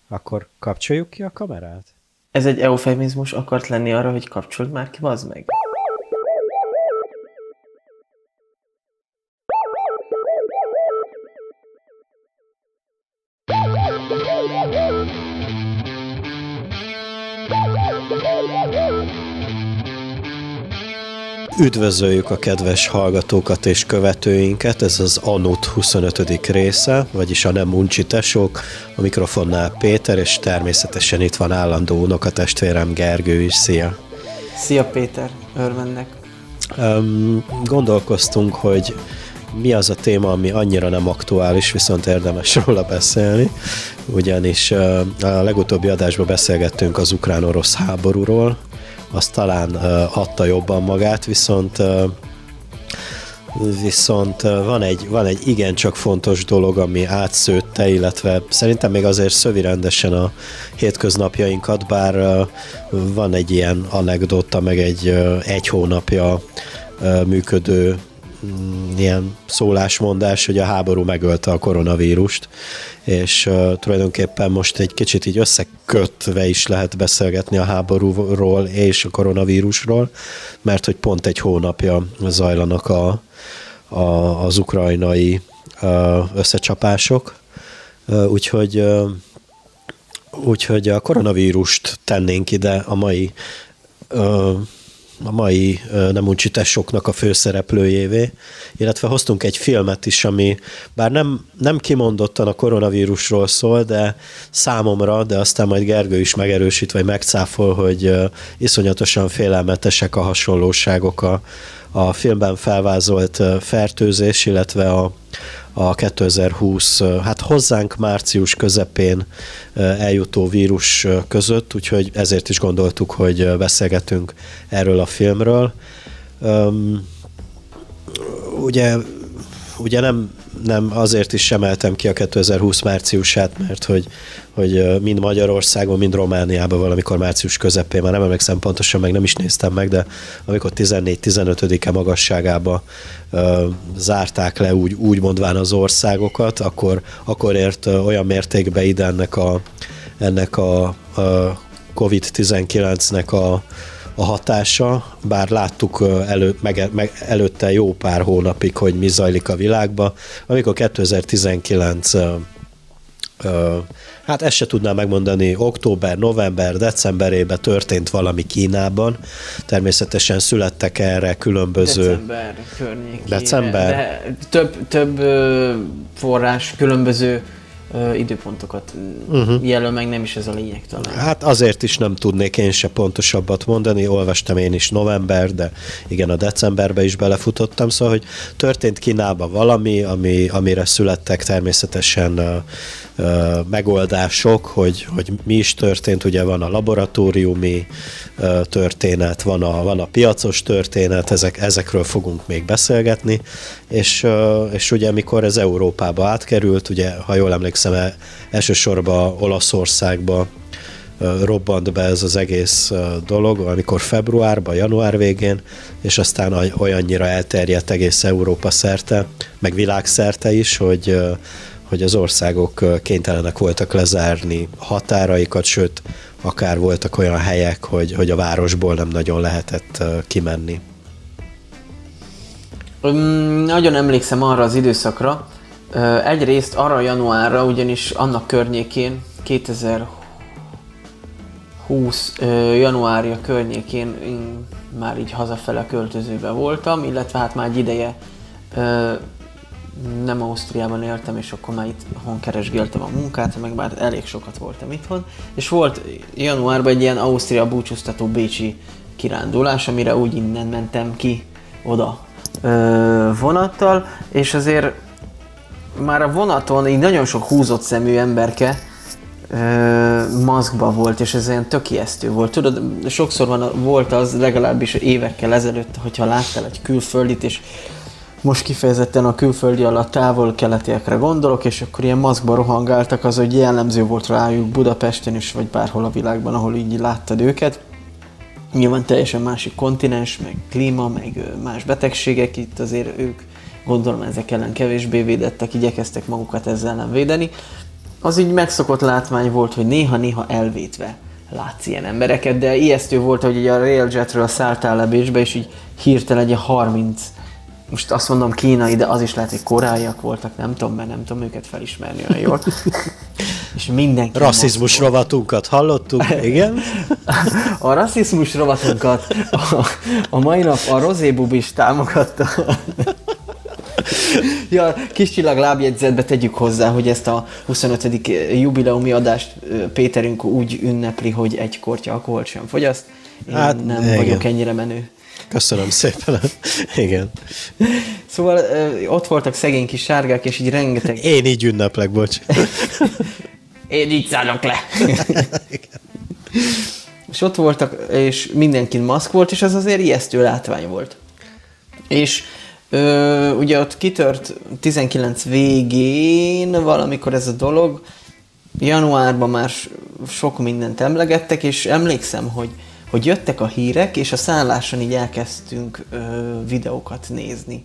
Akkor kapcsoljuk ki a kamerát? Ez egy eufemizmus akart lenni arra, hogy kapcsold már ki, bazd meg. Üdvözöljük a kedves hallgatókat és követőinket, ez az Anut 25. része, vagyis a Nem Uncsi Tesók, a mikrofonnál Péter, és természetesen itt van állandó unokatestvérem Gergő is, szia! Szia Péter, örvendek! Gondolkoztunk, hogy mi az a téma, ami annyira nem aktuális, viszont érdemes róla beszélni, ugyanis a legutóbbi adásban beszélgettünk az ukrán-orosz háborúról, az talán adta jobban magát, viszont van egy igencsak fontos dolog, ami átszőtte, illetve szerintem még azért szövi rendesen a hétköznapjainkat, bár van egy ilyen anekdota, meg egy hónapja működő ilyen szólásmondás, hogy a háború megölte a koronavírust, és tulajdonképpen most egy kicsit így összekötve is lehet beszélgetni a háborúról és a koronavírusról, mert hogy pont egy hónapja zajlanak az ukrajnai összecsapások, úgyhogy a koronavírust tennénk ide a mai Nem Uncsi Tesóknak a főszereplőjévé, illetve hoztunk egy filmet is, ami bár nem kimondottan a koronavírusról szól, de számomra, de aztán majd Gergő is megerősít, vagy megcáfol, hogy iszonyatosan félelmetesek a hasonlóságok a filmben felvázolt fertőzés, illetve a 2020, hát hozzánk március közepén eljutó vírus között, úgyhogy ezért is gondoltuk, hogy beszélgetünk erről a filmről. Ugye nem azért is emeltem ki a 2020 márciusát, mert hogy mind Magyarországon, mind Romániában valamikor március közepén, már nem emlékszem pontosan, meg nem is néztem meg, de amikor 14-15-e magasságába zárták le úgy mondván az országokat, akkor ért olyan mértékben ide ennek a COVID-19-nek a hatása, bár láttuk előtte jó pár hónapig, hogy mi zajlik a világban, amikor 2019 hát ezt se tudnám megmondani, október, november, decemberében történt valami Kínában. Természetesen születtek erre különböző... December környékén. December? De több forrás különböző időpontokat jelöl meg, nem is ez a lényeg talán. Hát azért is nem tudnék én se pontosabbat mondani, olvastam én is november, de igen, a decemberbe is belefutottam, szóval, hogy történt Kínában valami, amire születtek természetesen megoldások, hogy mi is történt, ugye van a laboratóriumi történet, van a piacos történet, ezekről fogunk még beszélgetni, és ugye mikor ez Európába átkerült, ugye, ha jól emlékszem, elsősorban Olaszországba robbant be ez az egész dolog, amikor februárban, január végén, és aztán olyannyira elterjedt egész Európa szerte, meg világszerte is, hogy az országok kénytelenek voltak lezárni határaikat, sőt, akár voltak olyan helyek, hogy a városból nem nagyon lehetett kimenni. Nagyon emlékszem arra az időszakra, egyrészt arra januárra, ugyanis annak környékén, 2020 januárja környékén én már így hazafele költözőben voltam, illetve hát már egy ideje nem Ausztriában éltem, és akkor már itthon keresgéltem a munkát, meg már elég sokat voltam itthon, és volt januárban egy ilyen Ausztria búcsúztató bécsi kirándulás, amire úgy innen mentem ki oda vonattal, és azért már a vonaton így nagyon sok húzott szemű emberke maszkban volt, és ez ilyen tök ijesztő volt. Tudod, sokszor volt az legalábbis évekkel ezelőtt, hogyha láttál egy külföldit, és most kifejezetten a külföldi alatt távol-keletiekre gondolok, és akkor ilyen maszkba rohangáltak, az, hogy jellemző volt rájuk Budapesten is, vagy bárhol a világban, ahol így láttad őket. Nyilván teljesen másik kontinens, meg klíma, meg más betegségek, itt azért ők gondolom ezek ellen kevésbé védettek, igyekeztek magukat ezzel ellen védeni. az így megszokott látvány volt, hogy néha-néha elvétve látsz ilyen embereket, de ijesztő volt, hogy így a Railjetről szálltál le Bécsbe, és így hirtelen egy 30, most azt mondom kínai, de az is lehet, hogy koreaiak voltak, nem tudom, mert nem tudom őket felismerni olyan jól. És mindenki... Rasszizmus rovatunkat hallottuk, igen? A rasszizmus rovatunkat a mai nap a Rozé Bubi is támogatta. Ja, kis csillag lábjegyzetbe tegyük hozzá, hogy ezt a 25. jubileumi adást Péterünk úgy ünnepli, hogy egy kortya alkoholt sem fogyaszt. Én hát, nem igen. vagyok ennyire menő. Köszönöm szépen. Igen. Szóval ott voltak szegény kis sárgák, és így rengeteg... Én így ünneplek, bocs. Én így szállok le. És ott voltak, és mindenkin maszk volt, és az azért ijesztő látvány volt. És ugye ott kitört 19 végén valamikor ez a dolog, januárban már sok mindent emlegettek, és emlékszem, hogy jöttek a hírek, és a szálláson így elkezdtünk videókat nézni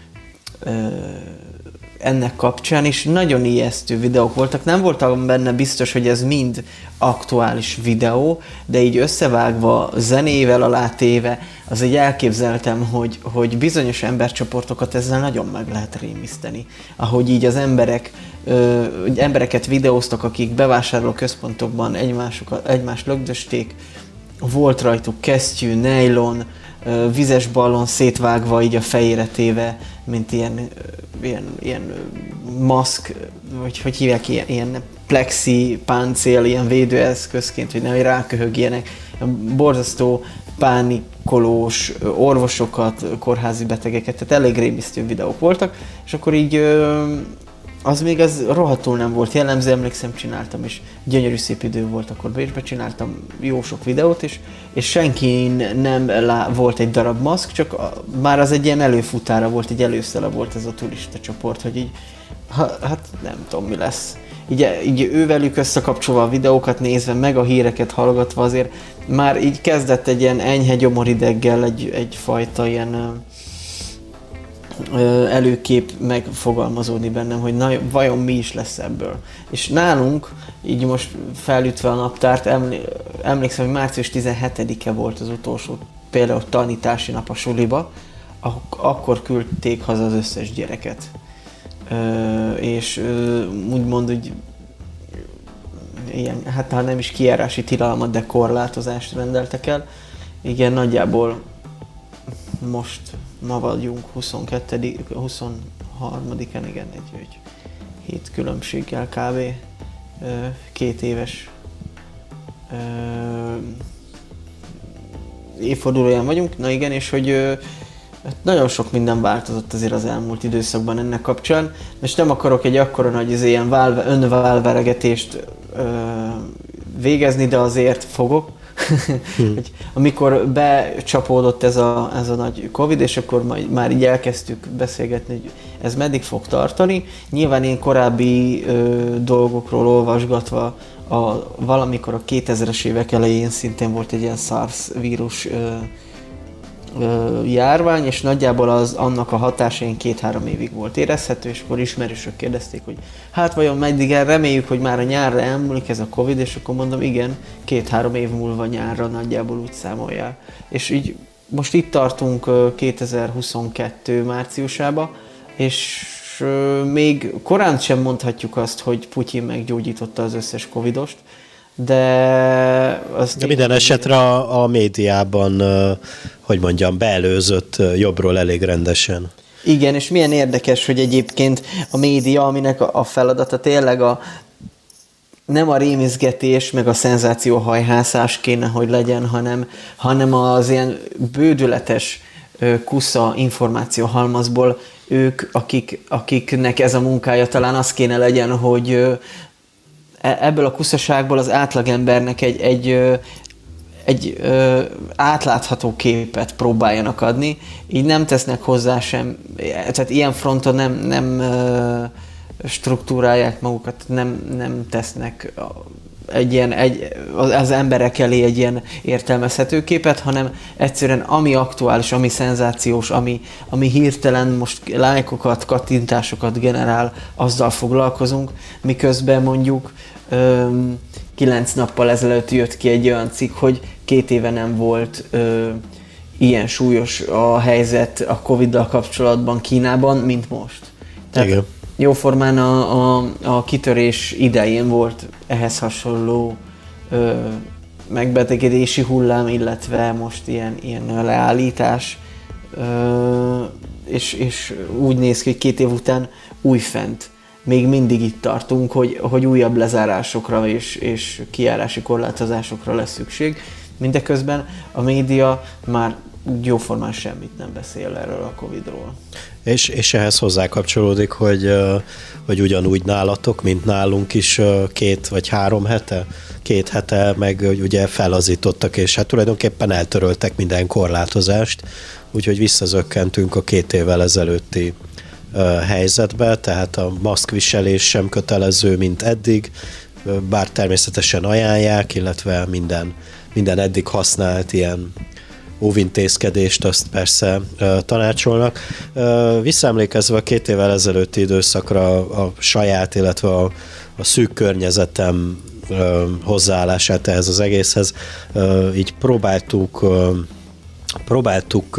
ennek kapcsán, és nagyon ijesztő videók voltak. Nem voltam benne biztos, hogy ez mind aktuális videó, de így összevágva, zenével alátéve, az így elképzeltem, hogy bizonyos embercsoportokat ezzel nagyon meg lehet rémiszteni. Ahogy így az embereket videóztak, akik bevásárlóközpontokban egymást lögdösték, volt rajtuk kesztyű, nejlon, vizes ballon szétvágva, így a fejére téve, mint ilyen maszk, hogy hívják, ilyen plexi páncél, ilyen védőeszközként, hogy nem ráköhögjenek. Borzasztó pánikolós orvosokat, kórházi betegeket, tehát elég rémisztő videók voltak, és akkor így az még az rohadtul nem volt jellemző, emlékszem, csináltam, és gyönyörű szép idő volt akkor Bécsben, csináltam jó sok videót, és senki nem volt egy darab maszk, csak már az egy ilyen előfutára volt, egy előszele volt ez a turista csoport, hogy így, hát nem tudom mi lesz. Így ővelük összekapcsolva a videókat nézve, meg a híreket hallgatva azért már így kezdett egy ilyen enyhe gyomorideggel egyfajta ilyen előkép megfogalmazódni bennem, hogy na, vajon mi is lesz ebből. És nálunk, így most felütve a naptárt, emlékszem, hogy március 17-e volt az utolsó például tanítási nap a suliba, akkor küldték haza az összes gyereket. És úgymond, hogy ilyen, hát ha nem is kijárási tilalmat, de korlátozást rendeltek el. Igen, nagyjából most ma vagyunk 23-án, igen, egy hét különbséggel kb. 2 éves évfordulóján vagyunk, na igen, és hogy nagyon sok minden változott azért az elmúlt időszakban ennek kapcsán, és nem akarok egy akkora nagy ilyen önválveregetést végezni, de azért fogok. Hogy amikor becsapódott ez a nagy Covid, és akkor már így elkezdtük beszélgetni, hogy ez meddig fog tartani. Nyilván én korábbi dolgokról olvasgatva, valamikor a 2000-es évek elején szintén volt egy ilyen SARS vírus járvány, és nagyjából annak a hatása 2-3 évig volt érezhető, és akkor ismerősök kérdezték, hogy hát vajon meddig reméljük, hogy már a nyárra elmúlik ez a Covid, és akkor mondom, igen, 2-3 év múlva nyárra nagyjából úgy számolják. És így most itt tartunk 2022 márciusába, és még korán sem mondhatjuk azt, hogy Putyin meggyógyította az összes Covidost, de minden esetre a médiában, hogy mondjam, beelőzött jobbról elég rendesen. Igen, és milyen érdekes, hogy egyébként a média, aminek a feladata tényleg nem a rémizgetés, meg a szenzációhajhászás kéne, hogy legyen, hanem az ilyen bődületes kusza információhalmazból ők, akiknek ez a munkája, talán az kéne legyen, hogy ebből a kuszaságból az átlagembernek egy átlátható képet próbáljanak adni, így nem tesznek hozzá sem, tehát ilyen fronton nem struktúrálják magukat, nem tesznek az emberek elé egy ilyen értelmezhető képet, hanem egyszerűen ami aktuális, ami szenzációs, ami hirtelen most lájkokat, kattintásokat generál, azzal foglalkozunk, miközben mondjuk 9 nappal ezelőtt jött ki egy olyan cikk, hogy 2 éve nem volt ilyen súlyos a helyzet a Covid-dal kapcsolatban Kínában, mint most. Tehát igen. Jóformán a kitörés idején volt ehhez hasonló megbetegedési hullám, illetve most ilyen leállítás, és úgy néz ki, hogy 2 év után újfent még mindig itt tartunk, hogy újabb lezárásokra és kijárási korlátozásokra lesz szükség. Mindeközben a média már jóformán semmit nem beszél erről a Covid-ról. És ehhez hozzá kapcsolódik, hogy ugyanúgy nálatok, mint nálunk is 2 vagy 3 hete, 2 hete meg ugye fellazítottak, és hát tulajdonképpen eltöröltek minden korlátozást, úgyhogy visszazökkentünk a 2 évvel ezelőtti helyzetbe, tehát a maszkviselés sem kötelező, mint eddig, bár természetesen ajánlják, illetve minden eddig használt ilyen óvintézkedést azt persze tanácsolnak. Visszaemlékezve a 2 évvel ezelőtti időszakra a saját, illetve a szűk környezetem hozzáállását ehhez az egészhez, így próbáltuk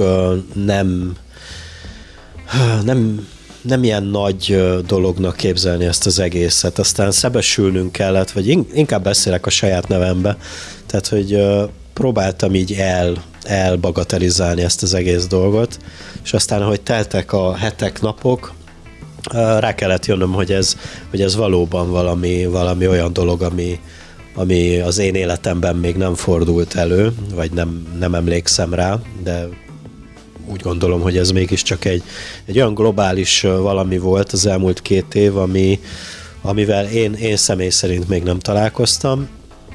nem ilyen nagy dolognak képzelni ezt az egészet. Aztán szebesülnünk kellett, vagy inkább beszélek a saját nevembe, tehát hogy próbáltam így elbagatelizálni ezt az egész dolgot, és aztán, ahogy teltek a hetek, napok, rá kellett jönnöm, hogy ez valóban valami olyan dolog, ami az én életemben még nem fordult elő, vagy nem emlékszem rá, de úgy gondolom, hogy ez mégiscsak egy olyan globális valami volt az elmúlt 2 év, amivel én személy szerint még nem találkoztam.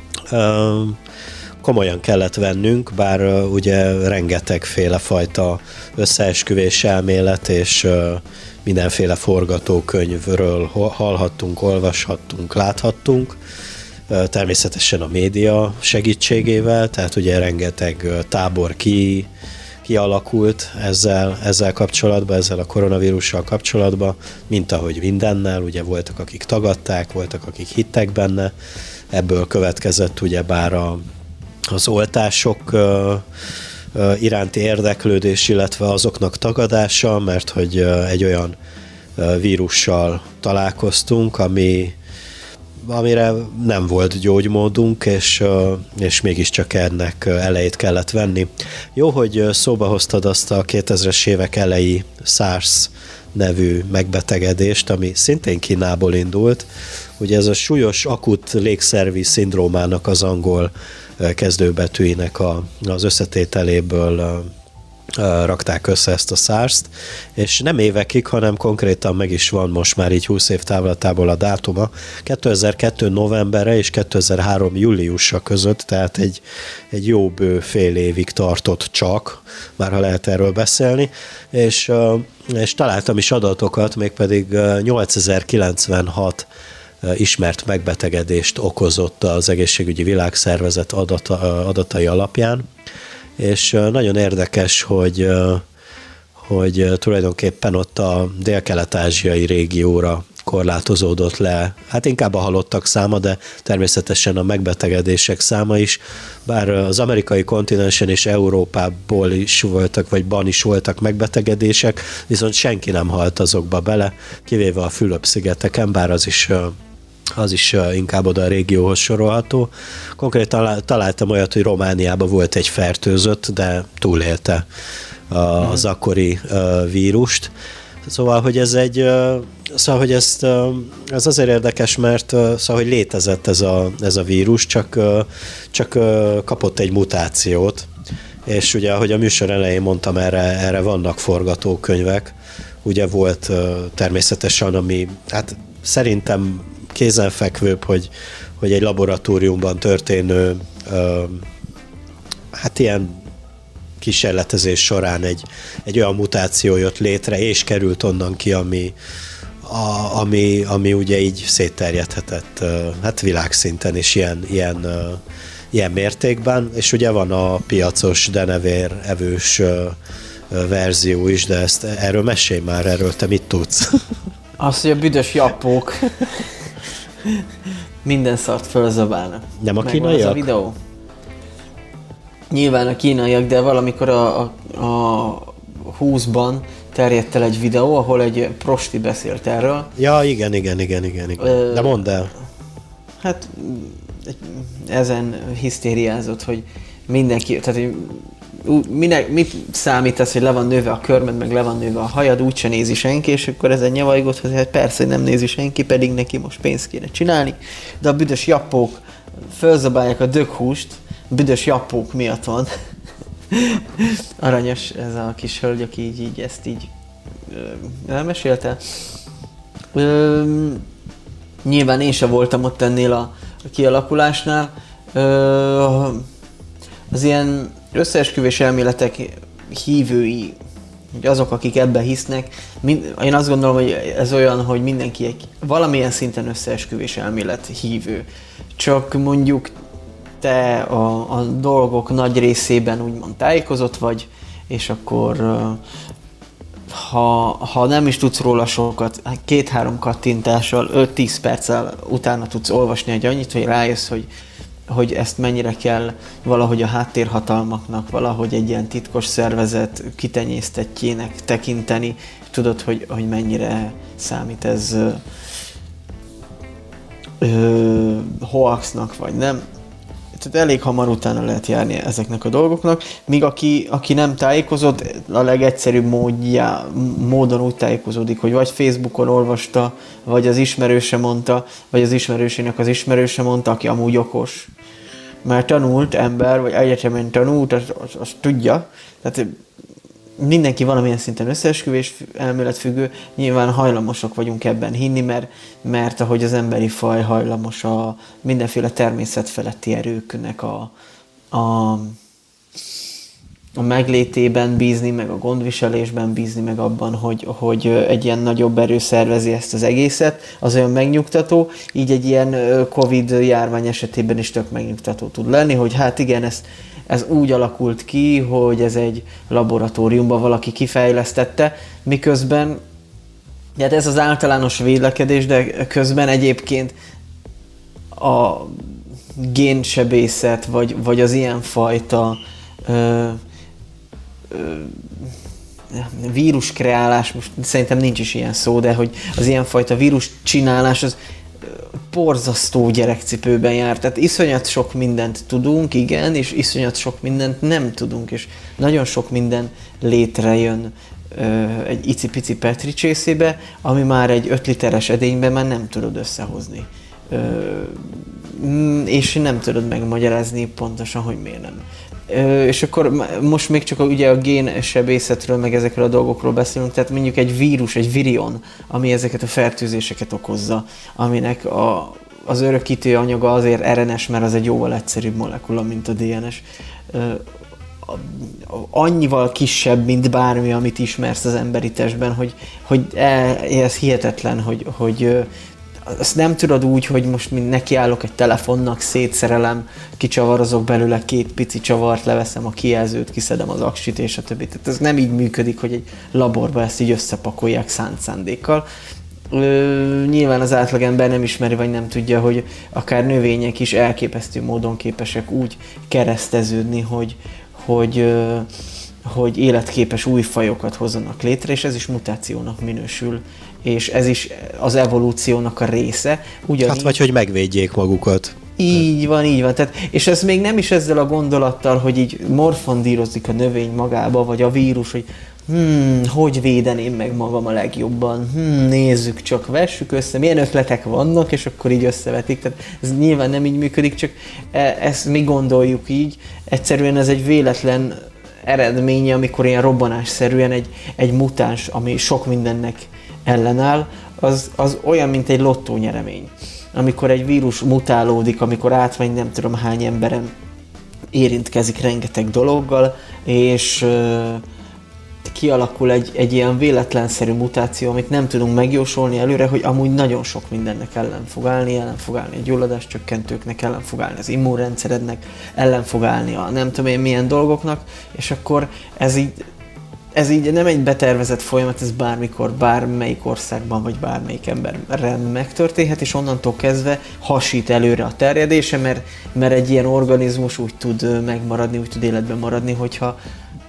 Komolyan kellett vennünk, bár ugye rengetegféle fajta összeesküvés elmélet és mindenféle forgatókönyvről hallhattunk, olvashattunk, láthattunk. Természetesen a média segítségével, tehát ugye rengeteg tábor kialakult ezzel kapcsolatban, ezzel a koronavírussal kapcsolatban, mint ahogy mindennel, ugye voltak, akik tagadták, voltak, akik hittek benne, ebből következett ugyebár az oltások iránti érdeklődés, illetve azoknak tagadása, mert hogy egy olyan vírussal találkoztunk, amire nem volt gyógymódunk, és mégiscsak ennek elejét kellett venni. Jó, hogy szóba hoztad azt a 2000-es évek elejé SARS nevű megbetegedést, ami szintén Kínából indult. Ugye ez a súlyos akut légszervi szindrómának az angol kezdőbetűinek az összetételéből rakták össze ezt a SARS-t, és nem évekig, hanem konkrétan meg is van most már így 20 év távlatából a dátuma. 2002. novemberre és 2003. júliusa között, tehát egy jó bő fél évig tartott csak, már ha lehet erről beszélni, és találtam is adatokat, mégpedig 8096 ismert megbetegedést okozott az Egészségügyi Világszervezet adatai alapján, és nagyon érdekes, hogy tulajdonképpen ott a dél-kelet-ázsiai régióra korlátozódott le, hát inkább a halottak száma, de természetesen a megbetegedések száma is, bár az amerikai kontinensen és Európából is voltak, vagy ban is voltak megbetegedések, viszont senki nem halt azokba bele, kivéve a Fülöp-szigeteken, bár az is inkább oda a régióhoz sorolható. Konkrétan találtam olyat, hogy Romániában volt egy fertőzött, de túlélte az akkori vírust. Szóval, hogy ez azért érdekes, mert hogy létezett ez a vírus, csak kapott egy mutációt, és ugye, ahogy a műsor elején mondtam, erre vannak forgatókönyvek. Ugye volt természetesen, ami hát szerintem kézenfekvőbb, hogy egy laboratóriumban történő hát ilyen kísérletezés során egy olyan mutáció jött létre, és került onnan ki, ami ugye így szétterjedhetett hát világszinten is ilyen mértékben, és ugye van a piacos denevér evős verzió is, de erről mesélj már, erről te mit tudsz? Azt, hogy a büdös jappók minden szart fölzabálnak. Nem a Megvan kínaiak? az a videó? Nyilván a kínaiak, de valamikor a 20-ban terjedt el egy videó, ahol egy prosti beszélt erről. Ja, igen. De mondd el. Hát ezen hisztériázott, hogy mindenki, tehát mit számít az, hogy le van nőve a körmed, meg le van nőve a hajad, úgyse nézi senki, és akkor ezen nyavajgott, hogy hát persze, hogy nem nézi senki, pedig neki most pénzt kéne csinálni, de a büdös jappók fölzabálják a döghúst, büdös jappók miatt van. Aranyos ez a kis hölgy, aki így ezt így elmesélte. Nyilván én sem voltam ott ennél a kialakulásnál. Az ilyen összeesküvés elméletek hívői, azok, akik ebben hisznek, én azt gondolom, hogy ez olyan, hogy mindenki valamilyen szinten összeesküvés elmélet hívő. Csak mondjuk te a dolgok nagy részében úgymond tájékozott vagy, és akkor ha nem is tudsz róla sokat, 2-3 kattintással, 5-10 perccel utána tudsz olvasni egy annyit, hogy rájössz, hogy ezt mennyire kell valahogy a háttérhatalmaknak, valahogy egy ilyen titkos szervezet kitenyésztettjének tekinteni. Tudod, hogy mennyire számít ez hoaxnak, vagy nem. Tehát elég hamar utána lehet járni ezeknek a dolgoknak, míg aki nem tájékozott, a legegyszerűbb módon úgy tájékozódik, hogy vagy Facebookon olvasta, vagy az ismerőse mondta, vagy az ismerősének az ismerőse mondta, aki amúgy okos. Mert tanult ember, vagy egyetemen tanult, azt tudja. Tehát mindenki valamilyen szinten összeesküvés elméletfüggő, nyilván hajlamosak vagyunk ebben hinni, mert ahogy az emberi faj hajlamos a mindenféle természetfeletti erőknek a meglétében bízni, meg a gondviselésben bízni, meg abban, hogy egy ilyen nagyobb erő szervezi ezt az egészet, az olyan megnyugtató, így egy ilyen Covid járvány esetében is tök megnyugtató tud lenni, hogy hát igen, ez úgy alakult ki, hogy ez egy laboratóriumban valaki kifejlesztette, miközben, hát ez az általános vélekedés, de közben egyébként a génsebészet, vagy az ilyenfajta víruskreálás, most szerintem nincs is ilyen szó, de hogy az ilyenfajta vírus csinálás az borzasztó gyerekcipőben jár. Tehát iszonyat sok mindent tudunk, igen, és iszonyat sok mindent nem tudunk, és nagyon sok minden létrejön egy icipici Petri csészébe, ami már egy 5 literes edényben már nem tudod összehozni. És nem tudod megmagyarázni pontosan, hogy miért nem. És akkor most még csak ugye a génsebészetről, meg ezekről a dolgokról beszélünk, tehát mondjuk egy vírus, egy virion, ami ezeket a fertőzéseket okozza, aminek az örökítő anyaga azért RNS, mert az egy jóval egyszerűbb molekula, mint a DNS. Annyival kisebb, mint bármi, amit ismersz az emberi testben, hogy ez hihetetlen, hogy azt nem tudod úgy, hogy most nekiállok egy telefonnak, szétszerelem, kicsavarozok belőle 2 pici csavart, leveszem a kijelzőt, kiszedem az aksit és a többi. Tehát ez nem így működik, hogy egy laborba ezt így összepakolják szánt szándékkal. Nyilván az átlagember nem ismeri, vagy nem tudja, hogy akár növények is elképesztő módon képesek úgy kereszteződni, hogy életképes új fajokat hozzanak létre, és ez is mutációnak minősül, és ez is az evolúciónak a része. Ugyanígy, hát vagy hogy megvédjék magukat. Így van. Tehát, és ez még nem is ezzel a gondolattal, hogy így morfondírozik a növény magába, vagy a vírus, hogy hogy védeném meg magam a legjobban, nézzük csak, vessük össze, milyen ötletek vannak, és akkor így összevetik. Tehát ez nyilván nem így működik, csak ezt mi gondoljuk így. Egyszerűen ez egy véletlen eredménye, amikor ilyen robbanásszerűen egy mutáns, ami sok mindennek ellenáll, az olyan, mint egy lottónyeremény. Amikor egy vírus mutálódik, amikor átmegy nem tudom hány emberen, érintkezik rengeteg dologgal, és kialakul egy ilyen véletlenszerű mutáció, amit nem tudunk megjósolni előre, hogy amúgy nagyon sok mindennek ellen fog állni a gyulladáscsökkentőknek, ellen fog állni az immunrendszerednek, ellen fog állni a nem tudom én milyen dolgoknak, és akkor ez így nem egy betervezett folyamat, ez bármikor, bármelyik országban, vagy bármelyik emberren megtörténhet, és onnantól kezdve hasít előre a terjedése, mert egy ilyen organizmus úgy tud megmaradni, úgy tud életben maradni, hogyha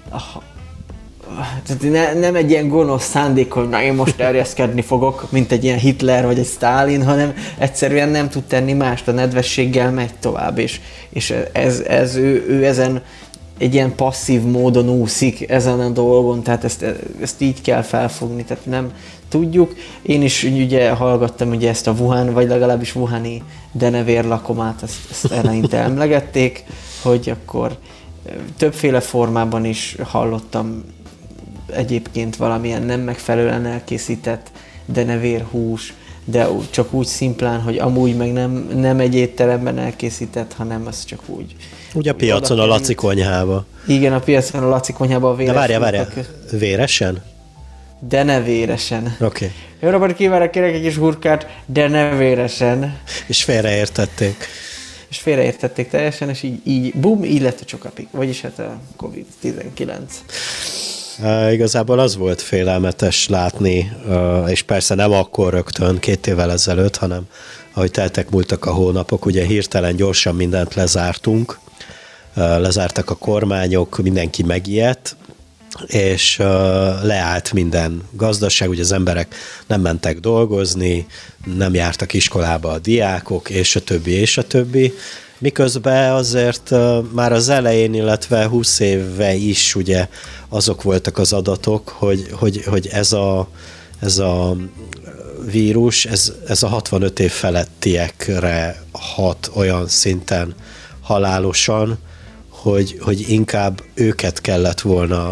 nem egy ilyen gonosz szándék, hogy na, én most terjeszkedni fogok, mint egy ilyen Hitler vagy egy Sztálin, hanem egyszerűen nem tud tenni mást, a nedvességgel megy tovább, és ő ezen egy ilyen passzív módon úszik ezen a dolgon, tehát ezt így kell felfogni, tehát nem tudjuk. Én is ugye hallgattam ugye ezt a Wuhan, vagy legalábbis Wuhani denevérlakomát, ezt eleinte emlegették, hogy akkor többféle formában is hallottam egyébként valamilyen nem megfelelően elkészített denevérhús, de csak úgy szimplán, hogy amúgy meg nem egy étteremben elkészített, hanem az csak úgy. Ugye a piacon, a Laci konyhába. Igen, a piacon, a Laci konyhába a véres. De várjál, véresen? De ne véresen. Oké. Okay. Jó napot kívánok, kérek egy kis hurkát, de ne véresen. És félreértették. És félreértették teljesen, és így bum, így lett a csokapik. Vagyis hát a Covid-19. Igazából az volt félelmetes látni, és persze nem akkor rögtön, 2 évvel ezelőtt, hanem ahogy teltek múltak a hónapok, ugye hirtelen gyorsan mindent lezártunk, lezártak a kormányok, mindenki megijedt, és leállt minden gazdaság, ugye az emberek nem mentek dolgozni, nem jártak iskolába a diákok, és a többi, és a többi. Miközben azért már az elején, illetve 20 éve is ugye azok voltak az adatok, hogy ez a vírus, ez a 65 év felettiekre hat olyan szinten halálosan, hogy inkább őket kellett volna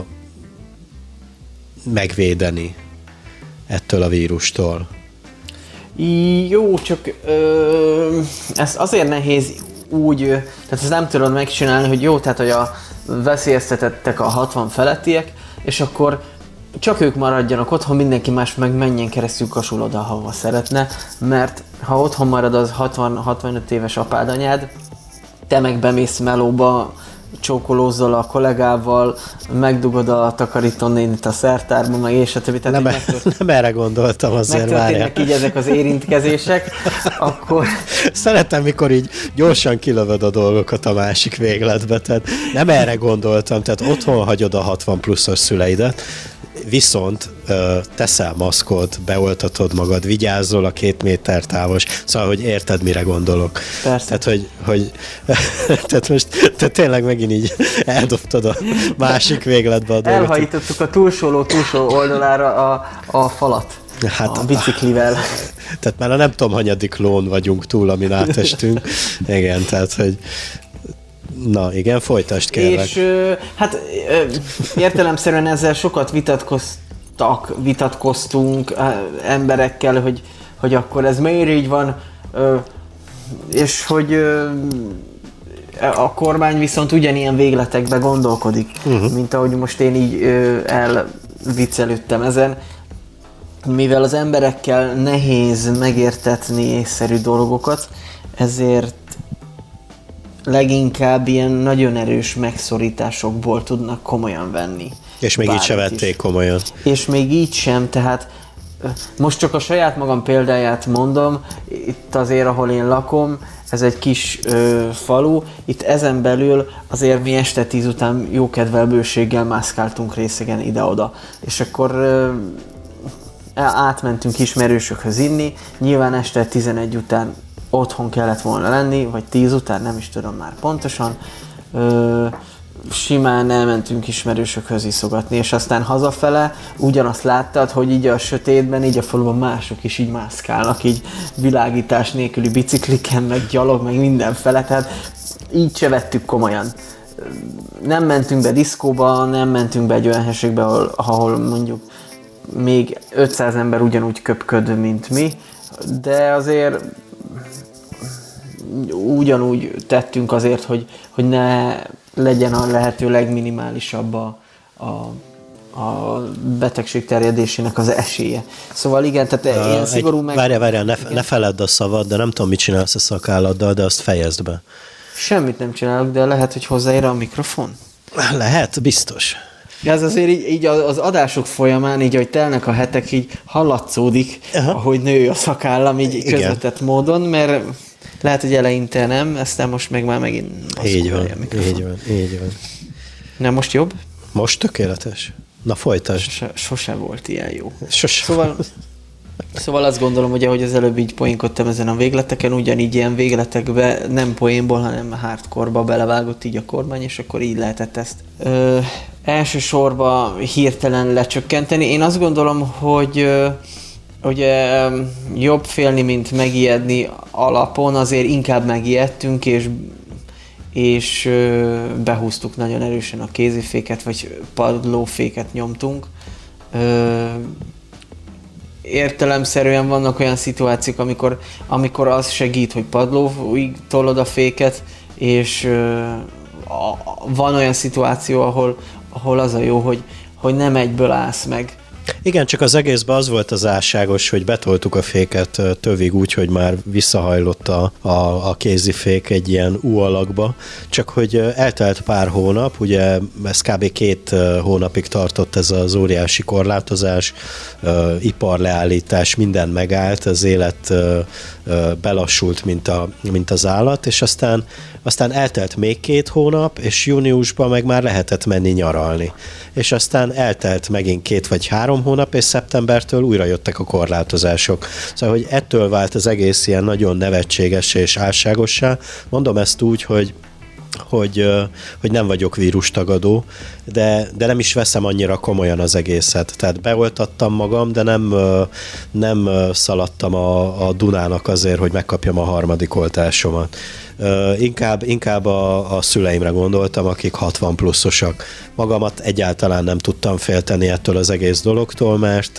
megvédeni ettől a vírustól. Jó, csak ez azért nehéz úgy, tehát ezt nem tudod megcsinálni, hogy jó, tehát hogy a veszélyeztetettek a 60 felettiek, és akkor csak ők maradjanak otthon, mindenki más meg menjen keresztül kasul oda, ahova szeretne, mert ha otthon marad az 60-65 éves apád anyád, te meg bemész melóba, csókolózzal a kollégával, megdugod a takarítónénit a szertárba, meg és a többi. Nem erre gondoltam azért, várjál. Megtörténnek így ezek az érintkezések, akkor... Szeretem, mikor így gyorsan kilövöd a dolgokat a másik végletbe, tehát nem erre gondoltam, tehát otthon hagyod a 60 pluszos szüleidet, viszont teszel maszkot, beoltatod magad, vigyázzol a 2 méter távos, szóval, hogy érted, mire gondolok. Persze. Tehát, tehát most te tényleg megint így eldobtad a másik végletbe a dolgot. Elhajítottuk a túlsó oldalára a falat. Hát, a biciklivel. Tehát már a nem tudom, hanyadik lón vagyunk túl, amin átestünk. Igen, tehát, hogy na igen, folytasd kérlek. És hát értelemszerűen ezzel sokat vitatkoztunk emberekkel, hogy akkor ez miért így van, és hogy a kormány viszont ugyanilyen végletekbe gondolkodik, mint ahogy most én így elviccelődtem ezen. Mivel az emberekkel nehéz megértetni észszerű dolgokat, ezért leginkább ilyen nagyon erős megszorításokból tudnak komolyan venni. És még így se vették komolyan. És még így sem, tehát most csak a saját magam példáját mondom, itt azért, ahol én lakom, ez egy kis falu, itt ezen belül azért mi este 10 után jókedvel bőséggel mászkáltunk részegen ide-oda. És akkor átmentünk ismerősökhöz inni, nyilván este 11 után otthon kellett volna lenni, vagy 10 után, nem is tudom már pontosan. Simán elmentünk ismerősökhöz iszogatni, és aztán hazafele ugyanazt láttad, hogy így a sötétben, így a faluban mások is így mászkálnak, így világítás nélküli bicikliken, meg gyalog, meg mindenfele, tehát így se vettük komolyan. Nem mentünk be diszkóba, nem mentünk be egy olyan helységbe, ahol mondjuk még 500 ember ugyanúgy köpköd, mint mi, de azért ugyanúgy tettünk azért, hogy ne legyen a lehető legminimálisabb a betegség terjedésének az esélye. Szóval igen, tehát ilyen szigorú Várjál, ne feledd a szavad, de nem tudom, mit csinálsz a szakálladdal, de azt fejezd be. Semmit nem csinálok, de lehet, hogy hozzáér a mikrofon? Lehet, biztos. De ez azért így az adások folyamán, így ahogy telnek a hetek, így hallatszódik, ahogy nő a szakállam, így közvetett módon, mert lehet, hogy eleinte nem, aztán most meg már megint így van, így van. Na most jobb? Most tökéletes. Na folytasd. Sose volt ilyen jó. Sose. Szóval azt gondolom, hogy ahogy az előbb így poénkodtam ezen a végleteken, ugyanígy ilyen végletekbe nem poénból, hanem hardcore-ba belevágott így a kormány, és akkor így lehetett ezt elsősorban hirtelen lecsökkenteni. Én azt gondolom, hogy ugye jobb félni, mint megijedni alapon, azért inkább megijedtünk, és behúztuk nagyon erősen a kéziféket, vagy padlóféket nyomtunk. Értelemszerűen vannak olyan szituációk, amikor az segít, hogy padlóig tolod a féket, és van olyan szituáció, ahol az a jó, hogy nem egyből állsz meg. Igen, csak az egészben az volt az álságos, hogy betoltuk a féket tövig úgy, hogy már visszahajlott a kézifék egy ilyen U alakba, csak hogy eltelt pár hónap, ugye ez kb. 2 hónapig tartott ez az óriási korlátozás, iparleállítás, minden megállt, az élet belassult, mint az állat, és aztán eltelt még 2 hónap, és júniusban meg már lehetett menni nyaralni. És aztán eltelt megint 2 vagy 3 hónap, és szeptembertől újra jöttek a korlátozások. Szóval, hogy ettől vált az egész ilyen nagyon nevetséges és álságossá. Mondom ezt úgy, hogy nem vagyok vírustagadó, de nem is veszem annyira komolyan az egészet. Tehát beoltattam magam, de nem szaladtam a Dunának azért, hogy megkapjam a 3. oltásomat. Inkább a szüleimre gondoltam, akik 60 pluszosak. Magamat egyáltalán nem tudtam félteni ettől az egész dologtól, mert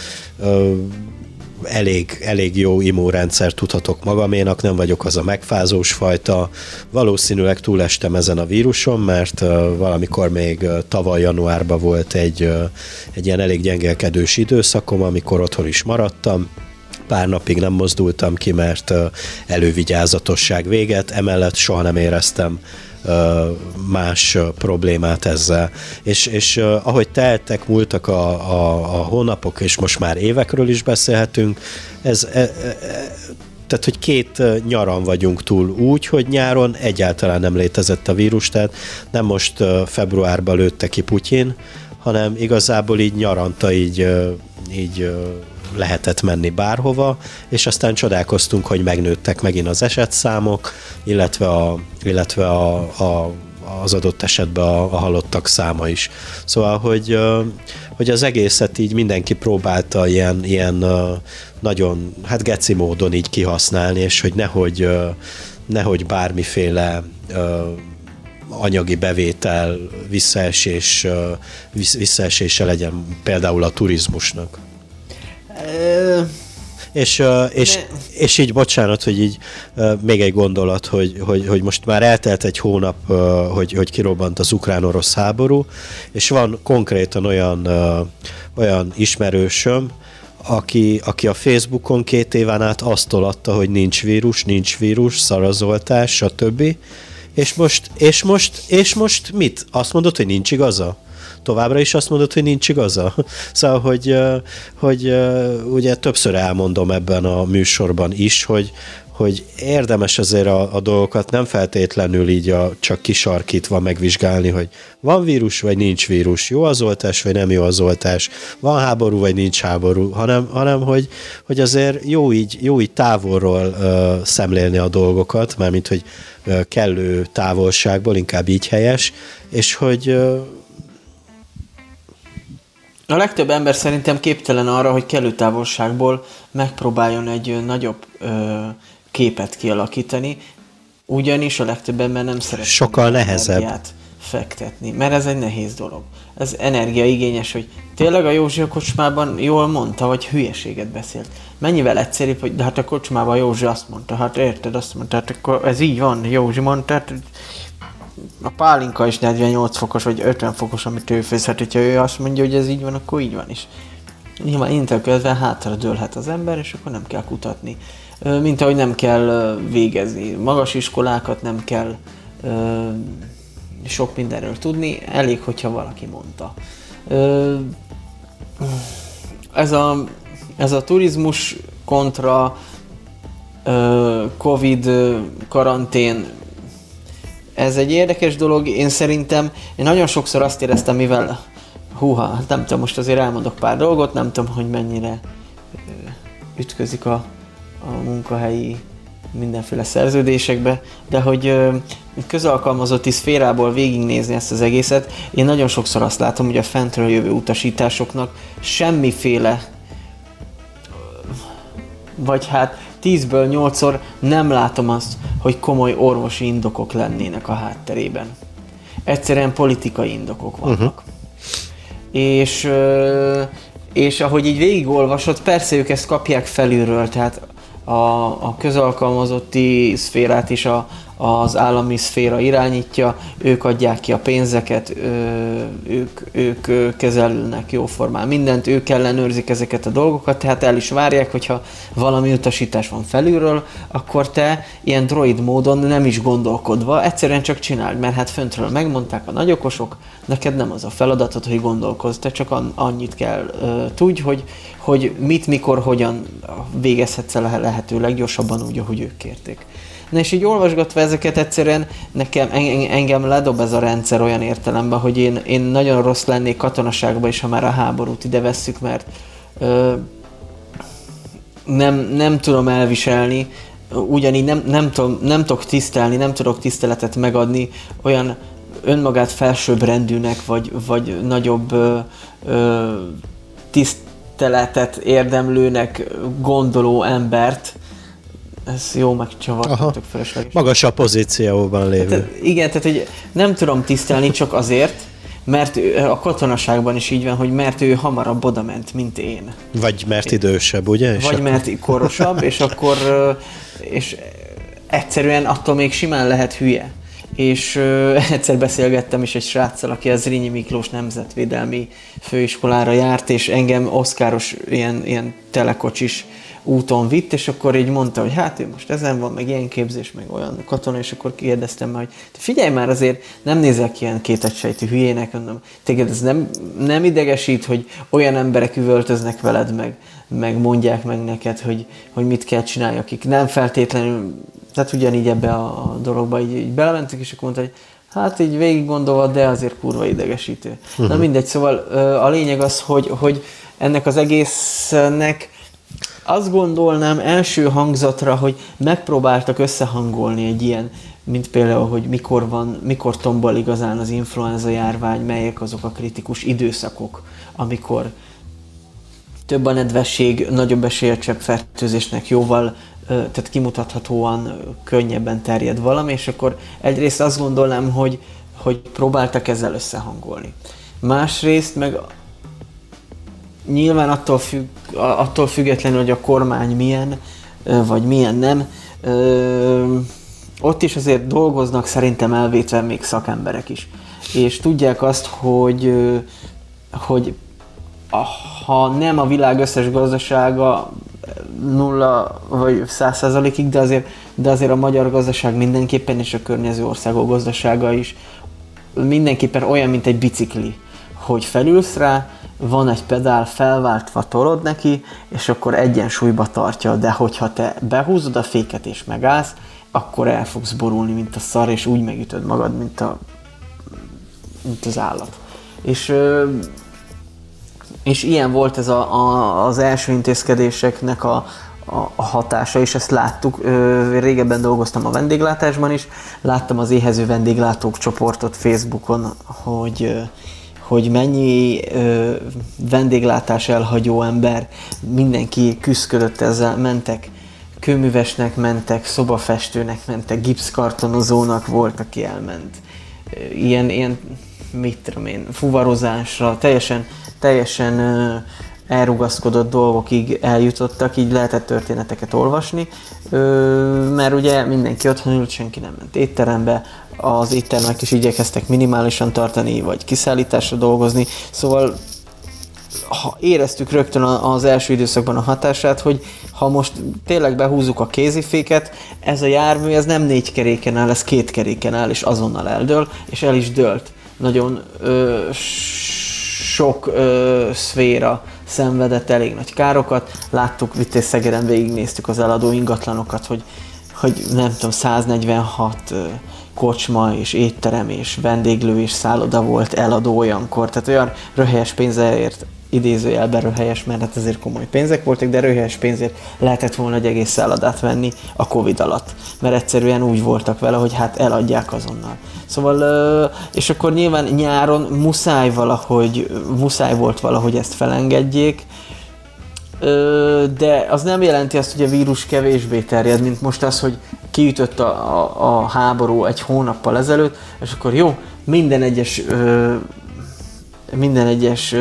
elég jó immunrendszer tudhatok magaménak, nem vagyok az a megfázós fajta. Valószínűleg túlestem ezen a víruson, mert valamikor még tavaly januárban volt egy ilyen elég gyengélkedős időszakom, amikor otthon is maradtam. Pár napig nem mozdultam ki, mert elővigyázatosság véget, emellett soha nem éreztem más problémát ezzel. És ahogy teltek, múltak a hónapok, és most már évekről is beszélhetünk, tehát, hogy 2 nyaran vagyunk túl úgy, hogy nyáron egyáltalán nem létezett a vírus, tehát nem most februárban lőtte ki Putyin, hanem igazából így nyaranta így lehetett menni bárhova, és aztán csodálkoztunk, hogy megnőttek megint az esetszámok, illetve az adott esetben a halottak száma is. Szóval, hogy az egészet így mindenki próbálta ilyen nagyon, geci módon így kihasználni, és hogy nehogy bármiféle anyagi bevétel visszaesése legyen például a turizmusnak. És így bocsánat, hogy így még egy gondolat, hogy most már eltelt egy hónap, hogy kirobbant az ukrán-orosz háború, és van konkrétan olyan ismerősöm, aki a Facebookon 2 éven át azt tolatta, hogy nincs vírus, szarazoltás, stb. És most mit? Azt mondod, hogy nincs igaza? Továbbra is azt mondod, hogy nincs igaza? Szóval, hogy ugye többször elmondom ebben a műsorban is, hogy érdemes azért a dolgokat nem feltétlenül így csak kisarkítva megvizsgálni, hogy van vírus, vagy nincs vírus, jó az oltás, vagy nem jó az oltás, van háború, vagy nincs háború, hanem hogy azért jó így távolról szemlélni a dolgokat, mármint, hogy kellő távolságból, inkább így helyes, és hogy a legtöbb ember szerintem képtelen arra, hogy kellő távolságból megpróbáljon egy nagyobb képet kialakítani, ugyanis a legtöbb ember nem szeret sokkal nehezebb fektetni, mert ez egy nehéz dolog. Ez energiaigényes, hogy tényleg a Józsi a kocsmában jól mondta, vagy hülyeséget beszélt. Mennyivel egyszerűbb, hogy de hát a kocsmában Józsi azt mondta, hát érted, azt mondta, hát akkor ez így van, Józsi mondta, hát a pálinka is 48 fokos vagy 50 fokos, amit ő főzhet, hogyha ő azt mondja, hogy ez így van, akkor így van is. Nyilván innentől kezdve hátra dőlhet az ember, és akkor nem kell kutatni. Mint ahogy nem kell végezni magas iskolákat, nem kell sok mindenről tudni, elég, hogyha valaki mondta. Ez a turizmus kontra Covid karantén, ez egy érdekes dolog, én nagyon sokszor azt éreztem, mivel hát nem tudom, most azért elmondok pár dolgot, nem tudom, hogy mennyire ütközik a munkahelyi mindenféle szerződésekbe, de hogy közalkalmazotti szférából végignézni ezt az egészet, én nagyon sokszor azt látom, hogy a fentről jövő utasításoknak semmiféle, vagy hát 10-ből 8-szor nem látom azt, hogy komoly orvosi indokok lennének a hátterében. Egyszerűen politikai indokok vannak. És ahogy így végigolvasod, persze ők ezt kapják felülről, tehát a közalkalmazotti szférát is az állami szféra irányítja, ők adják ki a pénzeket, ők kezelnek jóformán mindent, ők ellenőrzik ezeket a dolgokat, tehát el is várják, hogyha valami utasítás van felülről, akkor te ilyen droid módon nem is gondolkodva, egyszerűen csak csináld, mert hát föntről megmondták a nagyokosok, neked nem az a feladatod, hogy gondolkozz, te csak annyit kell tudj, hogy mit, mikor, hogyan végezhetsz el lehető leggyorsabban úgy, ahogy ők kérték. Na és így olvasgatva ezeket egyszerűen engem ledob ez a rendszer olyan értelemben, hogy én nagyon rossz lennék katonaságban is, ha már a háborút ide vesszük, mert nem tudom elviselni, ugyanígy nem tudok tisztelni, nem tudok tiszteletet megadni olyan önmagát felsőbb rendűnek, vagy nagyobb tiszteletet érdemlőnek gondoló embert. Ez jó, megcsavartatok felesleges. Magasabb pozícióban lévő. Tehát, igen, tehát hogy nem tudom tisztelni csak azért, mert a katonaságban is így van, hogy mert ő hamarabb odament, mint én. Vagy mert idősebb, ugye? Vagy mert korosabb, és egyszerűen attól még simán lehet hülye. És egyszer beszélgettem is egy sráccal, aki az Zrínyi Miklós Nemzetvédelmi Főiskolára járt, és engem oszkáros ilyen telekocsis úton vitt, és akkor így mondta, hogy hát ő most ezen van, meg ilyen képzés, meg olyan katona, és akkor kérdeztem már, hogy figyelj már, azért nem nézel ki ilyen kétagysejtű hülyének, mondom, téged ez nem idegesít, hogy olyan emberek üvöltöznek veled, meg mondják meg neked, hogy mit kell csinálni, akik nem feltétlenül, tehát ugyanígy ebbe a dologba így belementek, és akkor mondta, hogy hát így végig gondolva, de azért kurva idegesítő. Na mindegy, szóval a lényeg az, hogy ennek az egésznek azt gondolnám első hangzatra, hogy megpróbáltak összehangolni egy ilyen, mint például, hogy mikor tombol igazán az influenza járvány, melyek azok a kritikus időszakok, amikor több a nedvesség, nagyobb esélye cseppfertőzésnek jóval, tehát kimutathatóan könnyebben terjed valami, és akkor egyrészt azt gondolnám, hogy próbáltak ezzel összehangolni. Másrészt meg nyilván attól függetlenül, hogy a kormány milyen, vagy milyen nem, ott is azért dolgoznak szerintem elvétve még szakemberek is. És tudják azt, hogy ha nem a világ összes gazdasága 0 vagy 100%-ig, de azért a magyar gazdaság mindenképpen, és a környező országok gazdasága is mindenképpen olyan, mint egy bicikli, hogy felülsz rá, van egy pedál, felváltva tolod neki, és akkor egyensúlyba tartja, de hogyha te behúzod a féket és megállsz, akkor el fogsz borulni, mint a szar, és úgy megütöd magad, mint az állat. És ilyen volt ez az első intézkedéseknek a hatása, és ezt láttuk. Régebben dolgoztam a vendéglátásban is, láttam az éhező vendéglátók csoportot Facebookon, hogy mennyi vendéglátás elhagyó ember, mindenki küszködött ezzel, mentek kőművesnek, mentek szobafestőnek, mentek gipszkartonozónak, volt, aki elment ilyen mit tudom én, fuvarozásra, teljesen elrugaszkodott dolgokig eljutottak, így lehetett történeteket olvasni, mert ugye mindenki otthon ült, senki nem ment étterembe, az éttermek is igyekeztek minimálisan tartani, vagy kiszállításra dolgozni, szóval éreztük rögtön az első időszakban a hatását, hogy ha most tényleg behúzzuk a kéziféket, ez a jármű ez nem 4 keréken áll, ez 2 keréken áll, és azonnal eldől, és el is dőlt. Nagyon sok szféra szenvedett elég nagy károkat. Láttuk, Vitéz-Szegeden végignéztük az eladó ingatlanokat, hogy nem tudom, 146 kocsma és étterem és vendéglő és szálloda volt eladó olyankor. Tehát olyan röhelyes pénzért, idézőjelben röhelyes, mert hát ezért komoly pénzek voltak, de röhelyes pénzért lehetett volna egy egész szállodát venni a Covid alatt. Mert egyszerűen úgy voltak vele, hogy hát eladják azonnal. Szóval, és akkor nyilván nyáron muszáj volt valahogy ezt felengedjék, de az nem jelenti azt, hogy a vírus kevésbé terjed, mint most az, hogy kiütött a háború egy hónappal ezelőtt, és akkor jó, minden egyes